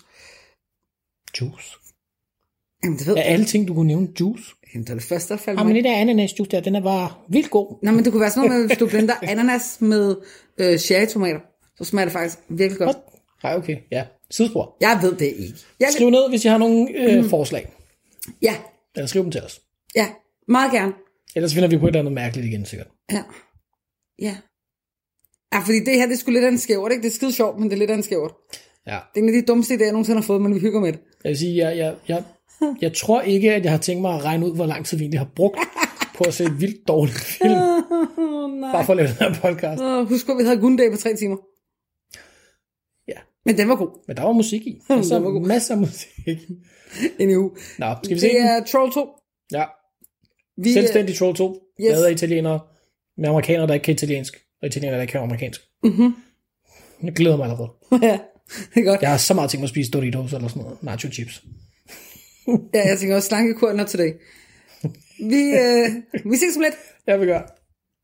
Juice? Jamen, det ved jeg. Af alle ting, du kunne nævne juice? Jamen, det er det første, der falder mig. Jamen, det der ananasjuice der, den er bare vildt god. Nej, men det kunne være sådan noget med, hvis du blender ananas med øh, cherrytomater. så smager det faktisk virkelig godt. Nej, okay. Ja. Sidespor. Jeg ved det ikke. Jeg Skriv ned, hvis I har nogle øh, mm. forslag. Ja. Eller skriv dem til os. Ja, meget gerne. Ellers finder vi på et eller andet mærkeligt igen, sikkert. Ja. Ja. Ja, fordi det her, det er sgu lidt af en skævert, ikke? Det er skide sjovt, men det er lidt af en skævert. Ja. Det er en af de dummeste idéer, jeg nogensinde har fået, men vi hygger med det. Jeg vil sige, jeg, jeg, jeg, jeg tror ikke, at jeg har tænkt mig at regne ud, hvor lang tid vi egentlig har brugt på at se et vildt dårligt film. Oh, nej. Bare for at lave den her podcast. Oh, husk på, vi havde Gunday på tre timer. Ja. Men den var god. Men der var musik i. Altså, var masser af musik. Anywho. Nå, skal vi se Det den? er Troll to. Ja. Vi, Selvstændig Troll to. Yes. Lavet af italienere. Med amerikanere, der ikke kan italiensk. Og italienere, der ikke kan amerikansk. Mhm. Jeg glæder mig allerede. Ja, det er godt. Jeg har så meget ting at spise Doritos eller sådan noget. Nacho chips. Ja, jeg tænker også slankekur not today. Vi, øh, vi ses om lidt. Jeg vil gøre.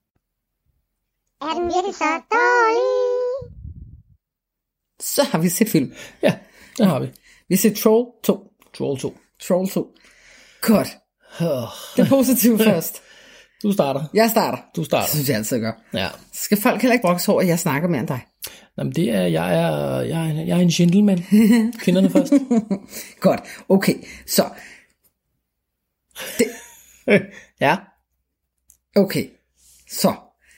Er den virkelig så dårlig? Så har vi set film. Ja, det har vi. Vi har set Troll to. Troll to. Troll to. Godt. Det er positivt først. Du starter. Jeg starter. Du starter. Det synes jeg altid, jeg gør. Ja. Så skal folk heller ikke brokse over, at jeg snakker mere end dig. Jamen det er, jeg er, jeg er, jeg er en gentleman. Kvinderne først. Godt. Okay. Så. Det. Ja. Okay. Så.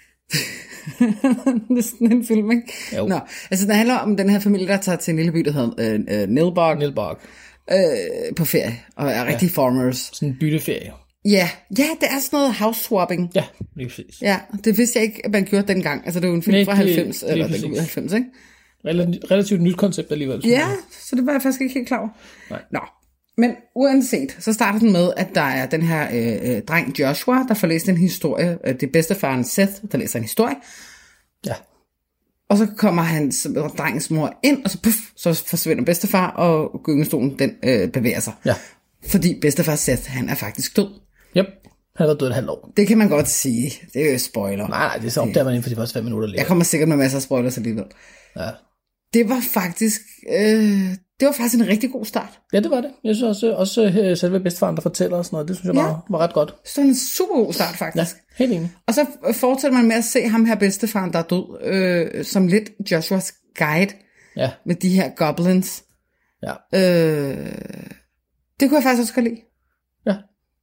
Det er sådan en film, ikke? Jo. Nå, altså den handler om den her familie, der tager til en lille by, der hedder øh, øh, Nilbog. Nilbog. Øh, på ferie. Og er rigtig ja. farmers. Sådan en bytteferie. Ja, ja, det er sådan noget house swapping. Ja, lige præcis. Ja, det vidste jeg ikke, at man gjorde dengang. Altså, det var en film Nej, fra det- halvfems, lige eller præcis. den kom ud af halvfems, ikke? Relativt, relativt nyt koncept alligevel. Ja, så det var jeg faktisk ikke helt klar over. Nej. Nå, men uanset, så starter den med, at der er den her øh, øh, dreng Joshua, der får læst en historie. Øh, det er bedstefaren Seth, der læser en historie. Ja. Og så kommer hans øh, drengens mor ind, og så puff, så forsvinder bedstefar, og gyngestolen, den øh, bevæger sig. Ja. Fordi bedstefar Seth, han er faktisk død. Yep. Han har været død et halvt år. Det kan man godt sige. Det er jo spoiler. Nej, nej, det er så opdager man inden for de første fem minutter. Lige. Jeg kommer sikkert med masser af spoilers alligevel. Ja. Det var faktisk, øh, det var faktisk en rigtig god start. Ja, det var det. Jeg synes også, også øh, selve bedstefaren, der fortæller og sådan noget, det synes jeg Ja. var, var ret godt. Så det var en super god start faktisk. Ja, helt enig. Og så fortsætter man med at se ham her bedstefaren, der er død, øh, som lidt Joshuas guide Ja, med de her goblins. ja. Øh, det kunne jeg faktisk også godt lide. Ja.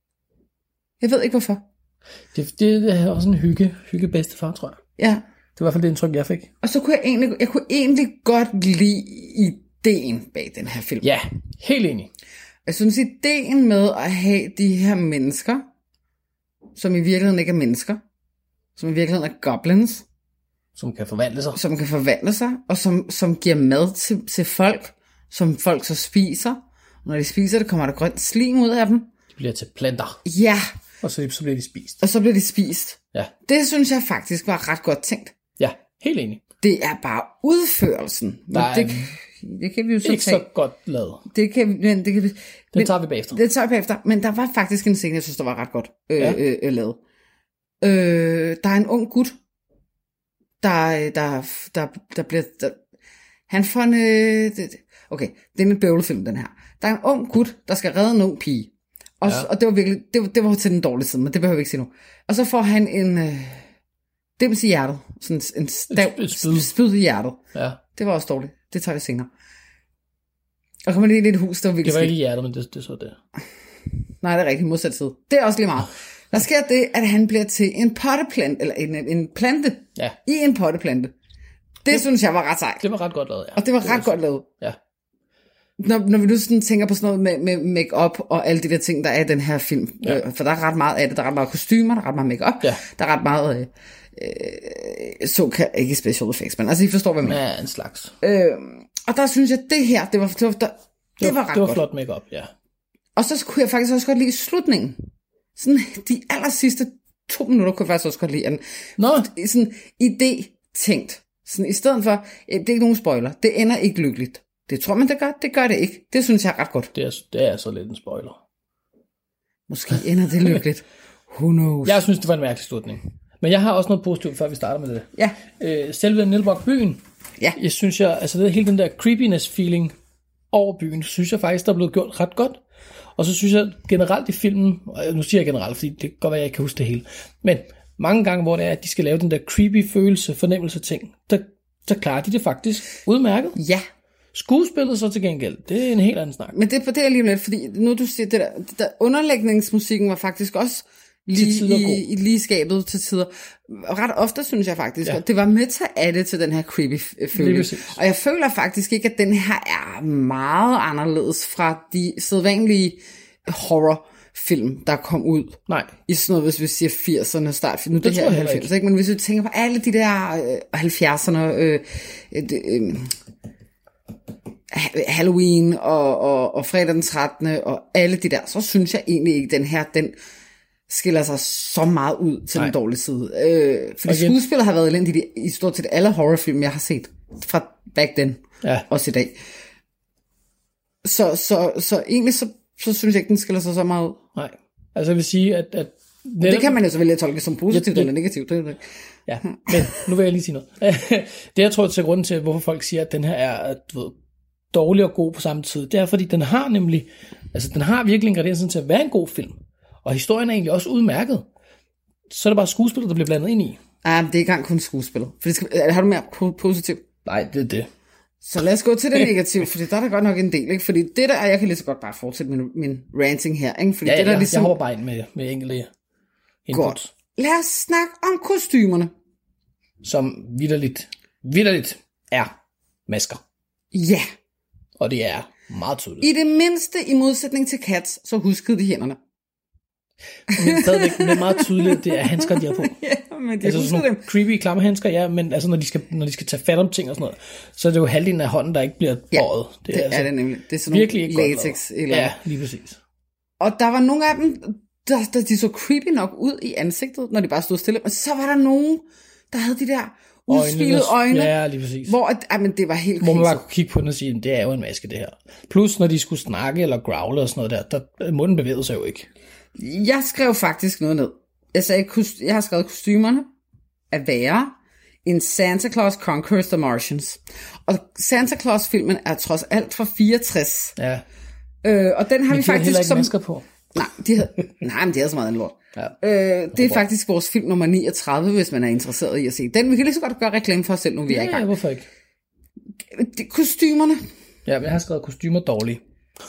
Jeg ved ikke hvorfor. Det, det, det er også en hygge, hygge bedstefar, tror jeg. Ja. Det var i hvert fald det indtryk, jeg fik. Og så kunne jeg egentlig, jeg kunne egentlig godt lide ideen bag den her film. Ja, helt enig. Jeg synes, ideen med at have de her mennesker, som i virkeligheden ikke er mennesker, som i virkeligheden er goblins, Som kan forvandle sig. som kan forvandle sig, og som, som giver mad til, til folk, som folk så spiser. Og når de spiser det, kommer der grønt slim ud af dem. De bliver til planter, Ja, og så, så bliver de spist. og så bliver de spist. Ja, Det synes jeg faktisk var ret godt tænkt. ja, helt enig. Det er bare udførelsen. Men Nej, det, det kan vi jo så Ikke tage. så godt lavet. Det kan, vi- men det kan vi, Den men, tager vi bagefter. Det tager vi bagefter. Men der var faktisk en scene, jeg synes, der var ret godt øh, Ja. øh, øh, lavet. Øh, der er en ung gut, der, der, der, der bliver... Der, han får en... Øh, det- okay, det er en bøvlefilm, den her. Der er en ung gut, der skal redde en ung pige. Og, ja. og det var virkelig... Det var, det var til den dårlige side, men det behøver vi ikke sige nu. Og så får han en... Øh, dims i hjertet. Sådan en stav, Et spyd. spyd i hjertet. Ja, Det var også dårligt. Det tager vi senere. Og kommer lige ind i et hus, der var virkelig det var skidt. ikke i hjertet, men det, det så det. Nej, det er rigtigt. Modsat side. Det er også lige meget. Der sker det, at han bliver til en potteplante, eller en, en plante Ja, i en potteplante. Det ja. synes jeg var ret sejt. det var ret godt lavet, ja. Og det var ret godt lavet. Ja, Når, når vi nu sådan tænker på sådan noget med, med make-up og alle de der ting, der er i den her film. Ja. Øh, for der er ret meget af det. Der er ret meget kostymer, der er ret meget make-up. Ja. Der er ret meget... Øh, øh, såkaldt, ikke special effects, men altså I forstår, hvad jeg mener. ja en slags. Øh, og der synes jeg, det her, det var, det var, der, det var ret Det var godt. flot make-up, ja. Og så kunne jeg faktisk også godt lide slutningen. Sådan de aller sidste to minutter kunne jeg faktisk også godt lide den. Nå. Sådan idé-tænkt. Sådan i stedet for, det er ikke nogen spoiler, det ender ikke lykkeligt. Det tror man, det gør, det gør det ikke. Det synes jeg er ret godt. Det er, det er så lidt en spoiler. Måske ender det lykkeligt. Who knows? Jeg synes, det var en mærkelig slutning. Men jeg har også noget positivt, før vi starter med det. Ja. Øh, selve Nilbog byen, Ja. jeg synes jeg, altså det er hele den der creepiness feeling over byen, synes jeg faktisk, der er blevet gjort ret godt. Og så synes jeg generelt i filmen, og nu siger jeg generelt, fordi det kan godt være, jeg ikke kan huske det hele, men mange gange, hvor det er, at de skal lave den der creepy følelse, fornemmelse ting, der, så klarer de det faktisk udmærket. Ja. Skuespillet så til gengæld, det er en helt anden snak. Men det, det er lige lidt, fordi nu du siger, det der, det der underlægningsmusikken var faktisk også lige i, i lige skabet til tider. Ret ofte synes jeg faktisk, ja. Det var med til at adde til den her creepy følelse. Og jeg føler faktisk ikke, at den her er meget anderledes fra de sædvanlige horrorfilm, der kom ud. Nej. I sådan noget, hvis vi siger firserne, start. Nu det, det her halvfemserne, ikke? Men hvis vi tænker på alle de der øh, halvfjerdserne, øh, øh, øh, Halloween og, og, og fredag den trettende og alle de der, så synes jeg egentlig ikke, den her, den skiller sig så meget ud til Nej. Den dårlige side. Øh, fordi okay. Skuespillet har været elendigt i, i stort set alle horrorfilm, jeg har set fra back then, ja. Også i dag. Så, så, så egentlig så, så synes jeg ikke, den skiller sig så meget ud. Nej, altså jeg vil sige, at... at netop... Det kan man jo så vælge at tolke som positivt ja, det... eller negativt. Det, det. Ja, men nu vil jeg lige sige noget. Det jeg tror, det er grunden til, hvorfor folk siger, at den her er du ved, dårlig og god på samme tid, det er, fordi den har nemlig, altså den har virkelig ingrediensen til at være en god film. Og historien er egentlig også udmærket. Så er det bare skuespillet, der bliver blandet ind i. Ah, det er ikke engang kun skuespillet. For det skal, har du mere po- positivt? Nej, det er det. Så lad os gå til det negative, fordi der er der godt nok en del, ikke? Fordi det der, jeg kan lige så godt bare fortsætte min, min ranting her, ikke? Fordi ja, det der ja, ligesom... jeg hopper bare ind med, med enkelte inputs. Godt. Lad os snakke om kostymerne. Som vitterligt, vitterligt er masker. Ja. Og det er meget tydeligt. I det mindste, i modsætning til Cats, så huskede de hænderne. Men stadigvæk, det er meget tydeligt, det er handsker, de har på. Ja, men de altså sådan nogle creepy, klamme handsker, ja, men altså når de, skal, når de skal tage fat om ting og sådan noget, så er det jo halvdelen af hånden, der ikke bliver bøjet. Ja, det, det er, altså er det nemlig. Det er sådan virkelig nogle latex. Eller... Ja, lige præcis. Og der var nogle af dem, der, der de så creepy nok ud i ansigtet, når de bare stod stille, men så var der nogen, der havde de der udspilede øjne, ja, lige præcis. Hvor at, ah, men det var helt hvor man bare kunne kigge på den og sige, det er jo en maske det her. Plus når de skulle snakke eller growle og sådan noget der, der munden bevægede sig jo ikke. Jeg skrev faktisk noget ned. Jeg, sagde, jeg har skrevet kostymerne at være en Santa Claus Conquers the Martians. Og Santa Claus-filmen er trods alt fra fireogtres. Ja. Øh, og den har men vi faktisk ikke som... masker på. Nej, de havde... Nej, men de havde så meget en lort. Ja. Øh, det er faktisk vores film nummer niogtredive, hvis man er interesseret i at se den. Vi kan lige så godt gøre reklame for os selv, nu vi ja, er i gang. Ja, hvorfor ikke? Det, kostymerne. Ja, men jeg har skrevet kostymer dårlige.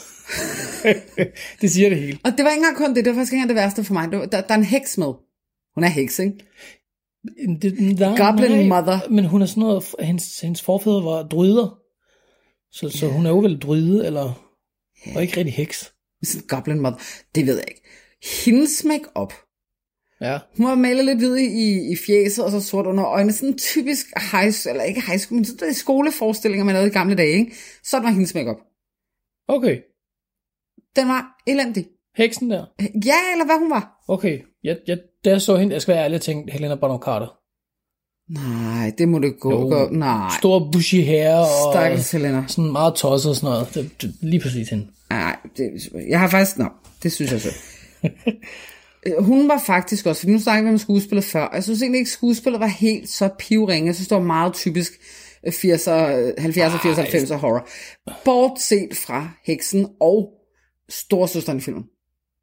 Det siger det hele. Og det var ikke engang kun det, det var faktisk ikke engang det værste for mig. Der, der, der er en heks med. Hun er heks, ikke? Det, der, Goblin nej, Mother. Men hun er sådan noget, hendes, hendes forfædre var druider. Så, så hun er jo vel druide, eller yeah. Og ikke rigtig heks. Sådan Goblin Mother, det ved jeg ikke. Hendes make-up. Ja. Hun var malet lidt hvid i, i fjeset, og så sort under øjnene. Sådan en typisk high, eller ikke high school, men sådan der skoleforestillinger, man lavede i gamle dage, ikke? Sådan var hendes make-up. Okay. Den var elendig. Heksen der? Ja, eller hvad hun var. Okay, jeg, jeg, da jeg så hende, jeg skal være ærlig og tænke, Helena Bonham Carter. Nej, det må det gå. Jo, gå. Nej. Stor bushy hair og Stakkels Helena. Sådan meget tosset og sådan noget. Det, det, lige præcis hende. Nej, det, jeg har faktisk... Nå, det synes jeg så. Hun var faktisk også, for nu snakker vi om skuespillet før, jeg synes egentlig ikke, skuespillet var helt så pivringe. Jeg synes, det var meget typisk firser, halvfjerds, firs, halvfems horror. Bortset fra heksen og storesøsteren i filmen.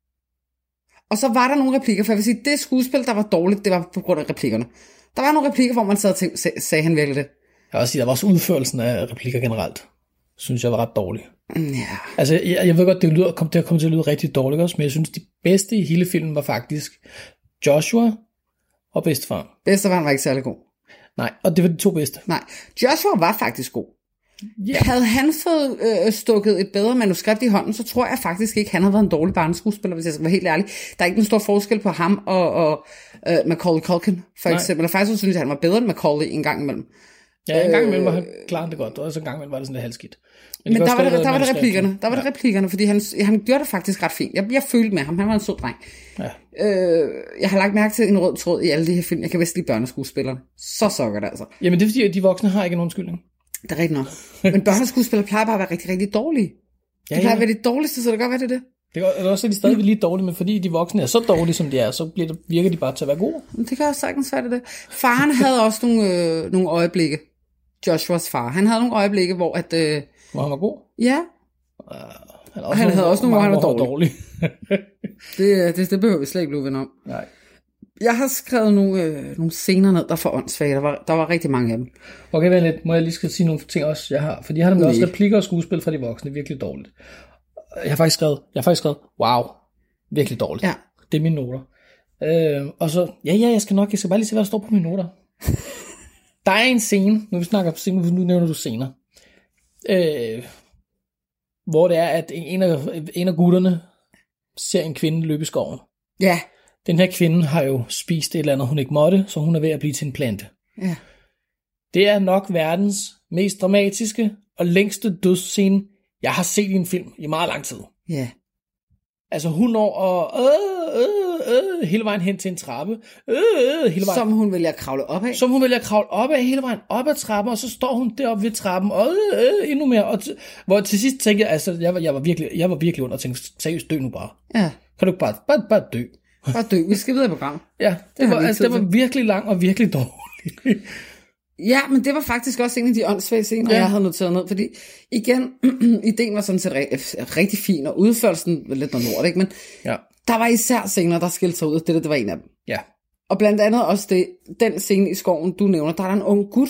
Og så var der nogle replikker, for jeg vil sige, det skuespil, der var dårligt, det var på grund af replikkerne. Der var nogle replikker, hvor man sad og tænkte, sag, sagde han virkelig det? Jeg vil også sige, der var også udførelsen af replikker generelt, synes jeg var ret dårlig. Ja. Altså, jeg, jeg ved godt, det lyder, kom, det kom til at lyde rigtig dårligt også, men jeg synes, de bedste i hele filmen var faktisk Joshua og bedstefaren. Bedstefaren var ikke særlig god. Nej, og det var de to bedste. Nej, Joshua var faktisk god. Ja. Havde han fået øh, stukket et bedre manuskript i hånden, så tror jeg faktisk ikke, han havde været en dårlig barneskuespiller, hvis jeg skal være helt ærlig. Der er ikke en stor forskel på ham og, og øh, Macaulay Culkin, for Nej. eksempel. Og faktisk så synes jeg, han var bedre end Macaulay en gang imellem. Ja, en gang imellem var han klaret det godt, og så en gang imellem var det sådan lidt halvskidt. Men, Men der var, det, der var det replikkerne, der var ja. det replikkerne, fordi han, han gjorde det faktisk ret fint. Jeg, jeg følte med ham, han var en sød dreng. Ja. Øh, jeg har lagt mærke til en rød tråd i alle de her film. Jeg kan vist lide børneskuespillere. Så sukker det altså. Jamen det er fordi, at de voksne har ikke en undskyldning. Det er rigtigt nok. Men børneskuespillere plejer bare at være rigtig, rigtig dårlige. De ja, plejer ja. at være de dårligste, så det kan godt være det det. Det er også, at de stadig lige dårlige, men fordi de voksne er så dårlige, som de er, så bliver det, virker de bare til at være gode. Det kan også sagtens være det det. Faren havde også nogle, øh, nogle øjeblikke. Joshuas far. Han havde nogle øjeblikke, hvor at... Øh, hvor han var god? Ja. Uh, han og han havde også nogle, hvor han var dårlig. dårlig. det, det, det behøver vi slet ikke blive venner om. Nej. Jeg har skrevet nogle, øh, nogle scener ned, der får åndssvage. Der var, der var rigtig mange af dem. Okay, vent lidt. Må jeg lige skal sige nogle ting også, jeg har? Fordi jeg har nemlig Nej. også replikker og skuespil fra de voksne. Virkelig dårligt. Jeg har faktisk skrevet, jeg har faktisk skrevet, wow, virkelig dårligt. Ja. Det er mine noter. Øh, og så, ja, ja, jeg skal nok, jeg skal bare lige se, hvad der står på mine noter. Der er en scene, nu vi snakker, nu nævner du scener, øh, hvor det er, at en af, en af gutterne ser en kvinde løbe i skoven. Ja. Den her kvinde har jo spist et eller andet, hun ikke måtte, så hun er ved at blive til en plante. Ja. Det er nok verdens mest dramatiske og længste dødsscene, jeg har set i en film i meget lang tid. Ja. Altså hun når og øh, øh, øh, hele vejen hen til en trappe. Øh, øh, hele vejen. Som hun vælger at kravle op af. Som hun vælger at kravle op af hele vejen op ad trappen, og så står hun deroppe ved trappen, og øh, øh, endnu mere. Og t- hvor til sidst tænkte jeg, altså jeg var, jeg var virkelig, jeg var virkelig under og tænkte, seriøst, dø nu bare. Ja. Kan du ikke bare, bare, bare dø? Bare dø, vi skal videre i program. Ja, det, Det har var, vi ikke altså, tid det var til. virkelig lang og virkelig dårlig. Ja, men det var faktisk også en af de åndssvage scener, Ja. jeg havde noteret ned, fordi igen, ideen var sådan set re- rigtig fin, og udførelsen var lidt noget lort, ikke? Men Ja. der var især scener, der skilte sig ud, og det der, det var en af dem. Ja. Og blandt andet også det, den scene i skoven, du nævner, der er der en ung gut,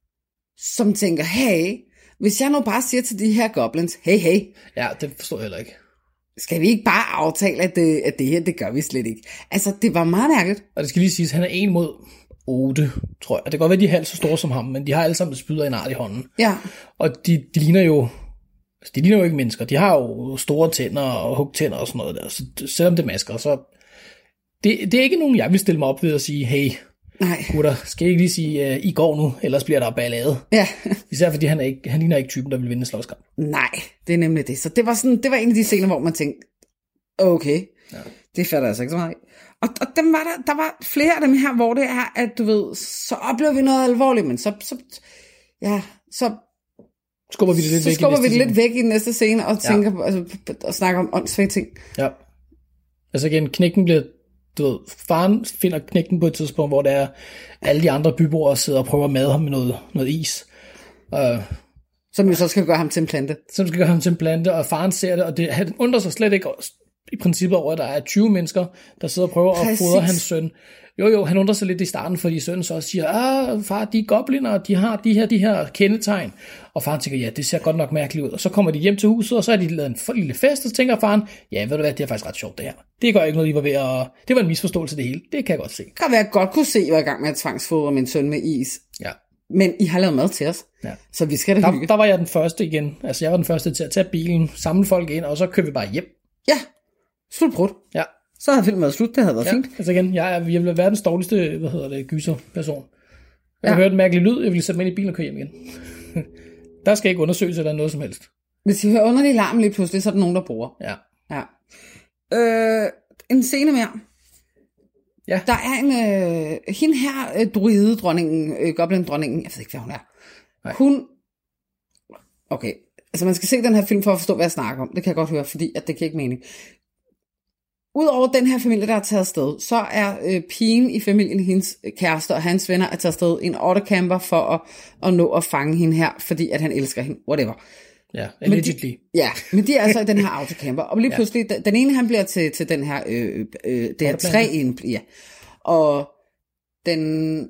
som tænker, hey, hvis jeg nu bare siger til de her goblins, hey, hey, Ja, det forstår jeg heller ikke. skal vi ikke bare aftale, at det, at det her, det gør vi slet ikke. Altså, det var meget mærkeligt. Og det skal lige siges, han er en mod otte, tror jeg. Det kan godt være, de er halvt så store som ham, men de har alle sammen et spyd og en art i hånden. Ja, Og de, de ligner jo... Altså, de ligner jo ikke mennesker. De har jo store tænder og hugtænder og sådan noget der. Så selvom det er masker, så... Det, det er ikke nogen, jeg vil stille mig op ved at sige, hey, nej, gutter, skal I ikke lige sige, uh, I går nu, ellers bliver der ballade. ja, Især fordi han, er ikke, han ligner ikke typen, der vil vinde en slåskamp. nej, det er nemlig det. Så det var, sådan, det var en af de scener, hvor man tænkte, okay, ja. Det fatter jeg altså ikke så meget af. Og, og dem var der, der var flere af dem her, hvor det er, at du ved, så oplever vi noget alvorligt, men så, så ja, så Skubber vi det lidt så væk i skubber vi næste det lidt scene. væk i den næste scene, og Ja. tænker på, altså, og snakker om åndssvage ting. Ja. Altså igen, knækken bliver, du ved, faren finder knækken på et tidspunkt, hvor der er alle de andre byboere sidder og prøver at made ham med noget, noget is. Uh, Som jo så skal gøre ham til en plante. som skal gøre ham til en plante, og faren ser det, og det, han undrer sig slet ikke i princippet over, at der er tyve mennesker, der sidder og prøver at Præcis. fodre hans søn. Jo, jo, han undrer sig lidt i starten, fordi sønnen så også siger, ah, far, de er gobliner, og de har de her, de her kendetegn. Og faren tænker, ja, det ser godt nok mærkeligt ud. Og så kommer de hjem til huset, og så har de lavet en for- lille fest, og så tænker faren, ja, ved du hvad, det er faktisk ret sjovt det her. Det gør ikke noget, I var ved at... Det var en misforståelse det hele. Det kan jeg godt se. Det kan være, at jeg godt kunne se, at jeg var i gang med at tvangsfodre min søn med is. Ja. Men I har lavet mad til os, Ja. så vi skal da Der, hygge. der var jeg den første igen. Altså, jeg var den første til at tage bilen, samle folk ind, og så kører vi bare hjem. Ja, slut brud. Ja. Så havde filmen været slut, det havde været Ja, fint. altså igen, jeg er, jeg vil være verdens dårligste, hvad hedder det, gyser-person. Jeg har Ja. hørt en mærkelig lyd, jeg vil sætte mig ind i bilen og køre hjem igen. Der skal ikke undersøges eller noget som helst. Hvis I hører underlig larm lige pludselig, så er der nogen, der bruger. Ja. Ja. Øh, en scene mere. Ja. Der er en, øh, hende her, øh, druide-dronningen, øh, goblin-dronningen, jeg ved ikke, hvad hun er. Nej. Hun, okay, altså man skal se den her film for at forstå, hvad jeg snakker om. Det kan jeg godt høre, fordi at det giver ikke mening. Udover den her familie, der er taget afsted, så er øh, pigen i familien, hendes kæreste og hans venner, er taget afsted en autocamper for at, at nå at fange hende her, fordi at han elsker hende, whatever. Ja, Men allegedly. de, ja, men de er altså i den her autocamper. Og lige pludselig, ja. den ene han bliver til, til den her, øh, øh, det her træ, ind, ja. Og den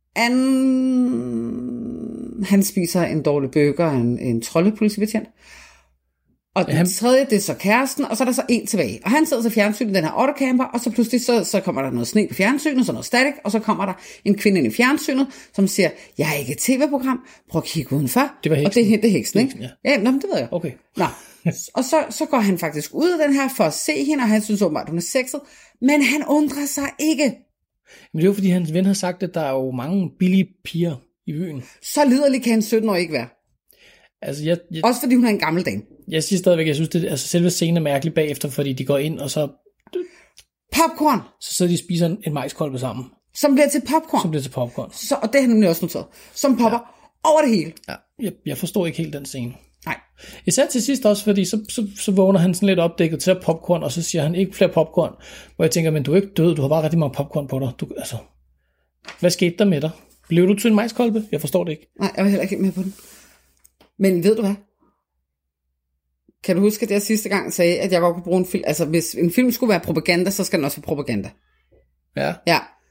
anden, han spiser en dårlig burger af en, en troldepolitibetjent. Og den han- tredje, det er så kæresten, og så er der så en tilbage. Og han sidder til fjernsynet i den her autocamper, og så pludselig så, så kommer der noget sne på fjernsynet, så noget static, og så kommer der en kvinde ind i fjernsynet, som siger, jeg er ikke et tv-program, prøv at kigge udenfor. Det var heksen. Og det er, det er heksen, ikke? Heksen, Ja, nå, men det ved jeg. Okay. Nå, og så, så går han faktisk ud af den her for at se hende, og han synes åbenbart, hun er sexet, men han undrer sig ikke. Men det er jo fordi, hans ven har sagt, at der er jo mange billige piger i byen. Så liderlig kan en sytten-årig ikke være. Altså, jeg, jeg, Også fordi hun er en gammel dame. jeg siger stadigvæk, jeg synes, det, altså, selve scenen er mærkelig bagefter, fordi de går ind, og så, Popcorn, så sidder de og spiser en, en majskolbe sammen, som bliver til popcorn. som bliver til popcorn. Så, og det har han nemlig også noteret. Som popper ja. over det hele. Ja, jeg, jeg forstår ikke helt den scene. Nej. Især til sidst også, fordi så, så, så vågner han sådan lidt opdækket til popcorn, og så siger han ikke flere popcorn. Hvor jeg tænker, men du er ikke død, du har bare rigtig mange popcorn på dig. Du, altså, hvad skete der med dig? Blev du til en majskolbe? Jeg forstår det ikke. Nej, jeg var heller ikke helt med på den. Men ved du hvad? Kan du huske, at jeg sidste gang sagde, at jeg godt kunne bruge en film? Altså, hvis en film skulle være propaganda, så skal den også være propaganda. Ja. Ja.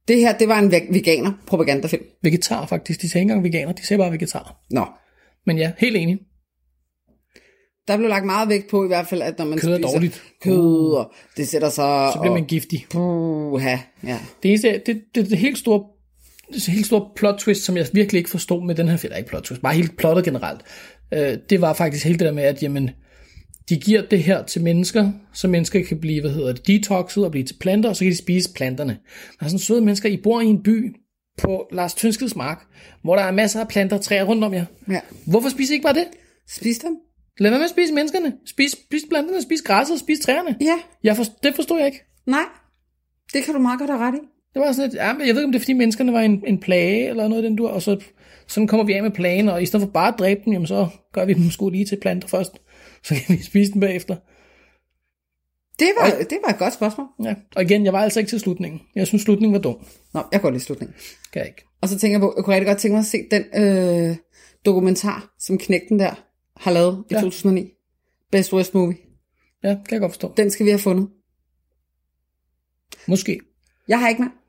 Det her, det var en veganer propagandafilm. Vegetar faktisk. De sagde ikke engang veganer, de sagde bare vegetar. Nå. Men ja, helt enig. Der blev lagt meget vægt på i hvert fald, at når man kød er spiser dårligt. kød, og det sætter sig... Så bliver og, man giftig. Puha, ja. Det eneste, det, det, det, det helt store, det helt store plot twist, som jeg virkelig ikke forstod med den her film, ikke plot twist, bare helt plottet generelt, øh, det var faktisk helt det der med, at jamen, de giver det her til mennesker, så mennesker kan blive, hvad hedder det, detoxet og blive til planter, og så kan de spise planterne. Der er sådan søde mennesker, I bor i en by på Lars Tønskeds mark, hvor der er masser af planter og træer rundt om jer. Ja. Hvorfor spiser I ikke bare det? Spis dem. Lad være med at spise menneskerne. Spis, spis planterne, spis græsset, spis træerne. Ja. Jeg for, det forstod jeg ikke. Nej, det kan du meget godt have ret i. Det var sådan et, ja, jeg ved ikke, om det er, fordi menneskerne var en, en plage, eller noget af den dur, og så sådan kommer vi af med plagen, og i stedet for bare at dræbe dem, jamen så gør vi dem sgu lige til planter først, så kan vi spise dem bagefter. Det var, og, det var et godt spørgsmål. Ja, og igen, jeg var altså ikke til slutningen. Jeg synes, slutningen var dum. Nå, jeg går lige i slutningen. Kan jeg ikke. Og så tænker jeg på, jeg kunne rigtig godt tænke mig at se den øh, dokumentar, som Knægten der har lavet i ja. to tusind og ni. Best Worst Movie. Ja, kan jeg godt forstå. Den skal vi have fundet. Måske. Jeg har ikke med.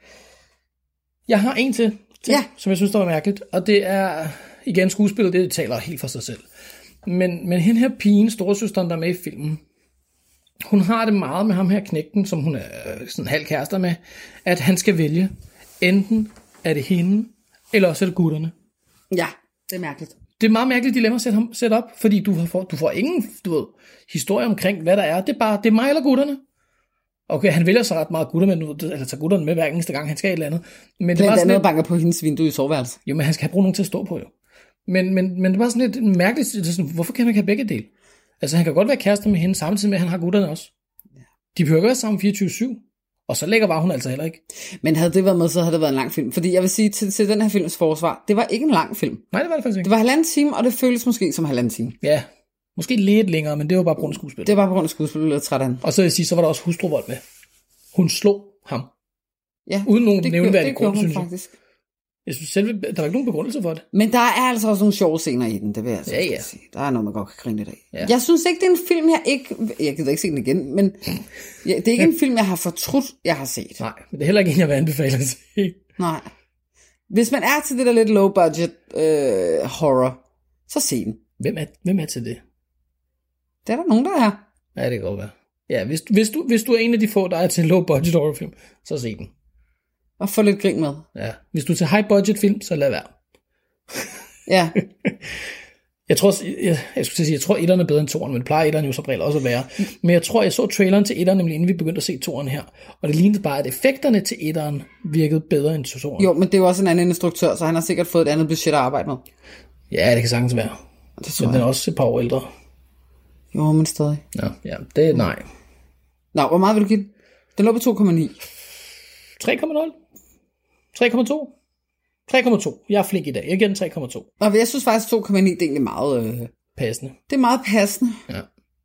Jeg har en til, til ja. som jeg synes, der var mærkeligt. Og det er, igen, skuespillet, det taler helt for sig selv. Men, men hende her pigen, storesøsteren, der er med i filmen, hun har det meget med ham her Knægten, som hun er sådan halv kærester med, at han skal vælge. Enten er det hende, eller også er det gutterne. Ja, det er mærkeligt. Det er meget mærkeligt dilemma at sætte, ham, sætte op, fordi du får, du får ingen du ved, historie omkring, hvad der er. Det er bare, det er mig eller gutterne. Okay, han vælger så ret meget gutter, men nu, eller tager gutterne med hver eneste gang, han skal et eller andet. Men det er sådan noget banker på hendes vindue i soveværelset. Jo, men han skal have brugt nogen til at stå på, jo. Men, men, men det var sådan lidt mærkeligt, sådan, hvorfor kan man ikke have begge dele? Altså, han kan godt være kærester med hende, samtidig med, at han har gutterne også. De behøver ikke være sammen fireogtyve syv. Og så lægger var hun altså heller ikke. Men havde det været med, så havde det været en lang film. Fordi jeg vil sige til, til den her films forsvar, det var ikke en lang film. Nej, det var det faktisk ikke. Det var halvanden time, og det føles måske som halvanden time. Ja, måske lidt længere, men det var bare på grund af skuespil. Det var bare på grund af skuespil, jeg blev træt af den. Og så vil jeg sige, så var der også hustruvold med. Hun slog ham. Ja, uden nogen det nævneværdig grund, synes jeg. Faktisk. Jeg synes selv, der var ikke nogen begrundelse for det. Men der er altså også nogle sjove scener i den, det vil jeg altså ja, ja. sige. Der er noget, man godt kan grine lidt af. Ja. Jeg synes ikke, det er en film, jeg ikke... Jeg gider ikke se den igen, men ja, det er ikke en film, jeg har fortrudt, jeg har set. Nej, men det er heller ikke en, jeg vil anbefale at se. Nej. Hvis man er til det der lidt low budget øh, horror, så se den. Hvem er, hvem er til det? Det er der nogen, der er. Ja, det kan godt være. Ja, hvis, hvis, du, hvis du er en af de få, der er til low budget horrorfilm, så se den. Og få lidt grin med. Ja, hvis du er til high budget film, så lad være. Ja. jeg tror, jeg, jeg skulle sige, jeg tror, etteren er bedre end toeren, men det plejer etteren jo som regel også at være. Men jeg tror, jeg så traileren til etteren, nemlig inden vi begyndte at se toeren her. Og det lignede bare, at effekterne til etteren virkede bedre end til toeren. Jo, men det er jo også en anden instruktør, så han har sikkert fået et andet budget at arbejde med. Ja, det kan sagtens være. Det men den er også et par år ældre. Jo, men stadig. Ja, ja, det er nej. Nå, hvor meget vil du give den? Den lå på to komma ni. tre komma nul. tre komma to. tre komma to. Jeg er flink i dag. Jeg giver den tre komma to. Og jeg synes faktisk, to komma ni det er egentlig meget... Øh... Passende. Det er meget passende. Ja.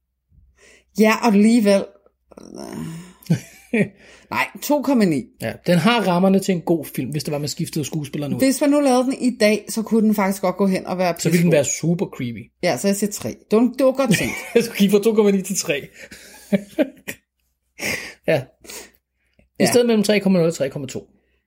Ja, og alligevel... Nej, to komma ni. Ja, den har rammerne til en god film, hvis det var, man skiftede skuespillerne ud. Hvis man nu lavede den i dag, så kunne den faktisk godt gå hen og være... Så ville den være super creepy. Ja, så jeg siger tre. Det var, det var godt tænkt. Jeg skulle give fra to komma ni til tre. Ja. I stedet mellem tre komma nul og tre komma to.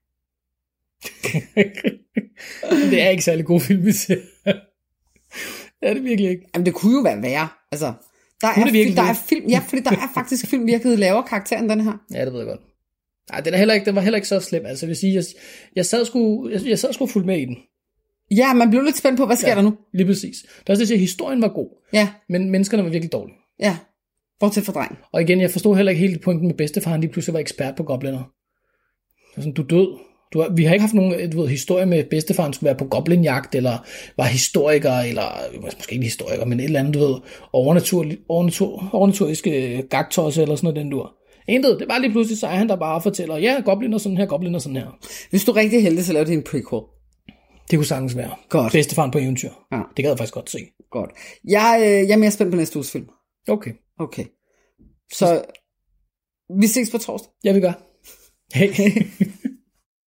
Det er ikke særlig god film, vi ser. Det er det virkelig ikke. Jamen, det kunne jo være værre. Altså, der er, det virkelig der er film, ja, fordi der er faktisk film virkelig lavere karakter end den her. Ja, det ved jeg godt. Nej, den er heller ikke, den var heller ikke så slem. Altså, jeg vil sige, jeg, jeg sad sgu, jeg, jeg sad sgu fuldt med i den. Ja, man blev lidt spændt på, hvad sker ja, der nu? Lige præcis. Det er også det, at sige, historien var god. Ja. Men menneskerne var virkelig dårlige. Ja. Bortset fra drengen. Og igen, jeg forstod heller ikke helt pointen med bedstefaren, lige pludselig var ekspert på gobliner. Altså, du død. Du har, vi har ikke haft nogen du ved, historie med, at bedstefaren skulle være på goblinjagt, eller var historiker, eller måske ikke historiker, men et eller andet, du ved, overnaturlig, overnatur, overnaturliske gagtosser, eller sådan noget, den dur. Intet, det var lige pludselig, så er han der bare og fortæller, ja, gobliner sådan her, gobliner sådan her. Hvis du er rigtig heldig, så laver de en prequel. Det kunne sagtens være. Godt. Bedstefaren på eventyr. Ja. Det gad jeg faktisk godt se. Godt. Jeg, øh, jeg er mere spændt på næste uges film. Okay. Okay. Så vi ses på torsdag. Ja, vi gør. Hey.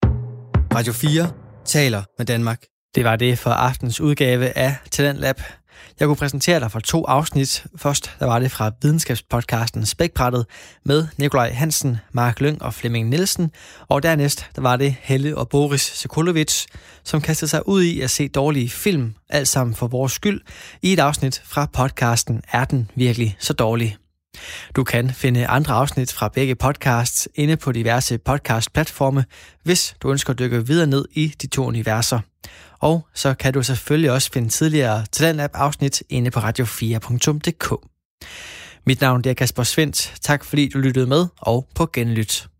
Radio fire taler med Danmark. Det var det for aftens udgave af Talentlab. Jeg kunne præsentere dig for to afsnit. Først der var det fra videnskabspodcasten Spækbrættet med Nikolaj Hansen, Mark Lyng og Flemming Nielsen. Og dernæst der var det Helle og Boris Sekulovic, som kastede sig ud i at se dårlige film, alt sammen for vores skyld, i et afsnit fra podcasten Er den virkelig så dårlig? Du kan finde andre afsnit fra begge podcasts inde på diverse podcastplatforme, hvis du ønsker at dykke videre ned i de to universer. Og så kan du selvfølgelig også finde tidligere Talentlab-afsnit inde på radio fire punktum d k. Mit navn er Kasper Svendt. Tak fordi du lyttede med, og på genlyt.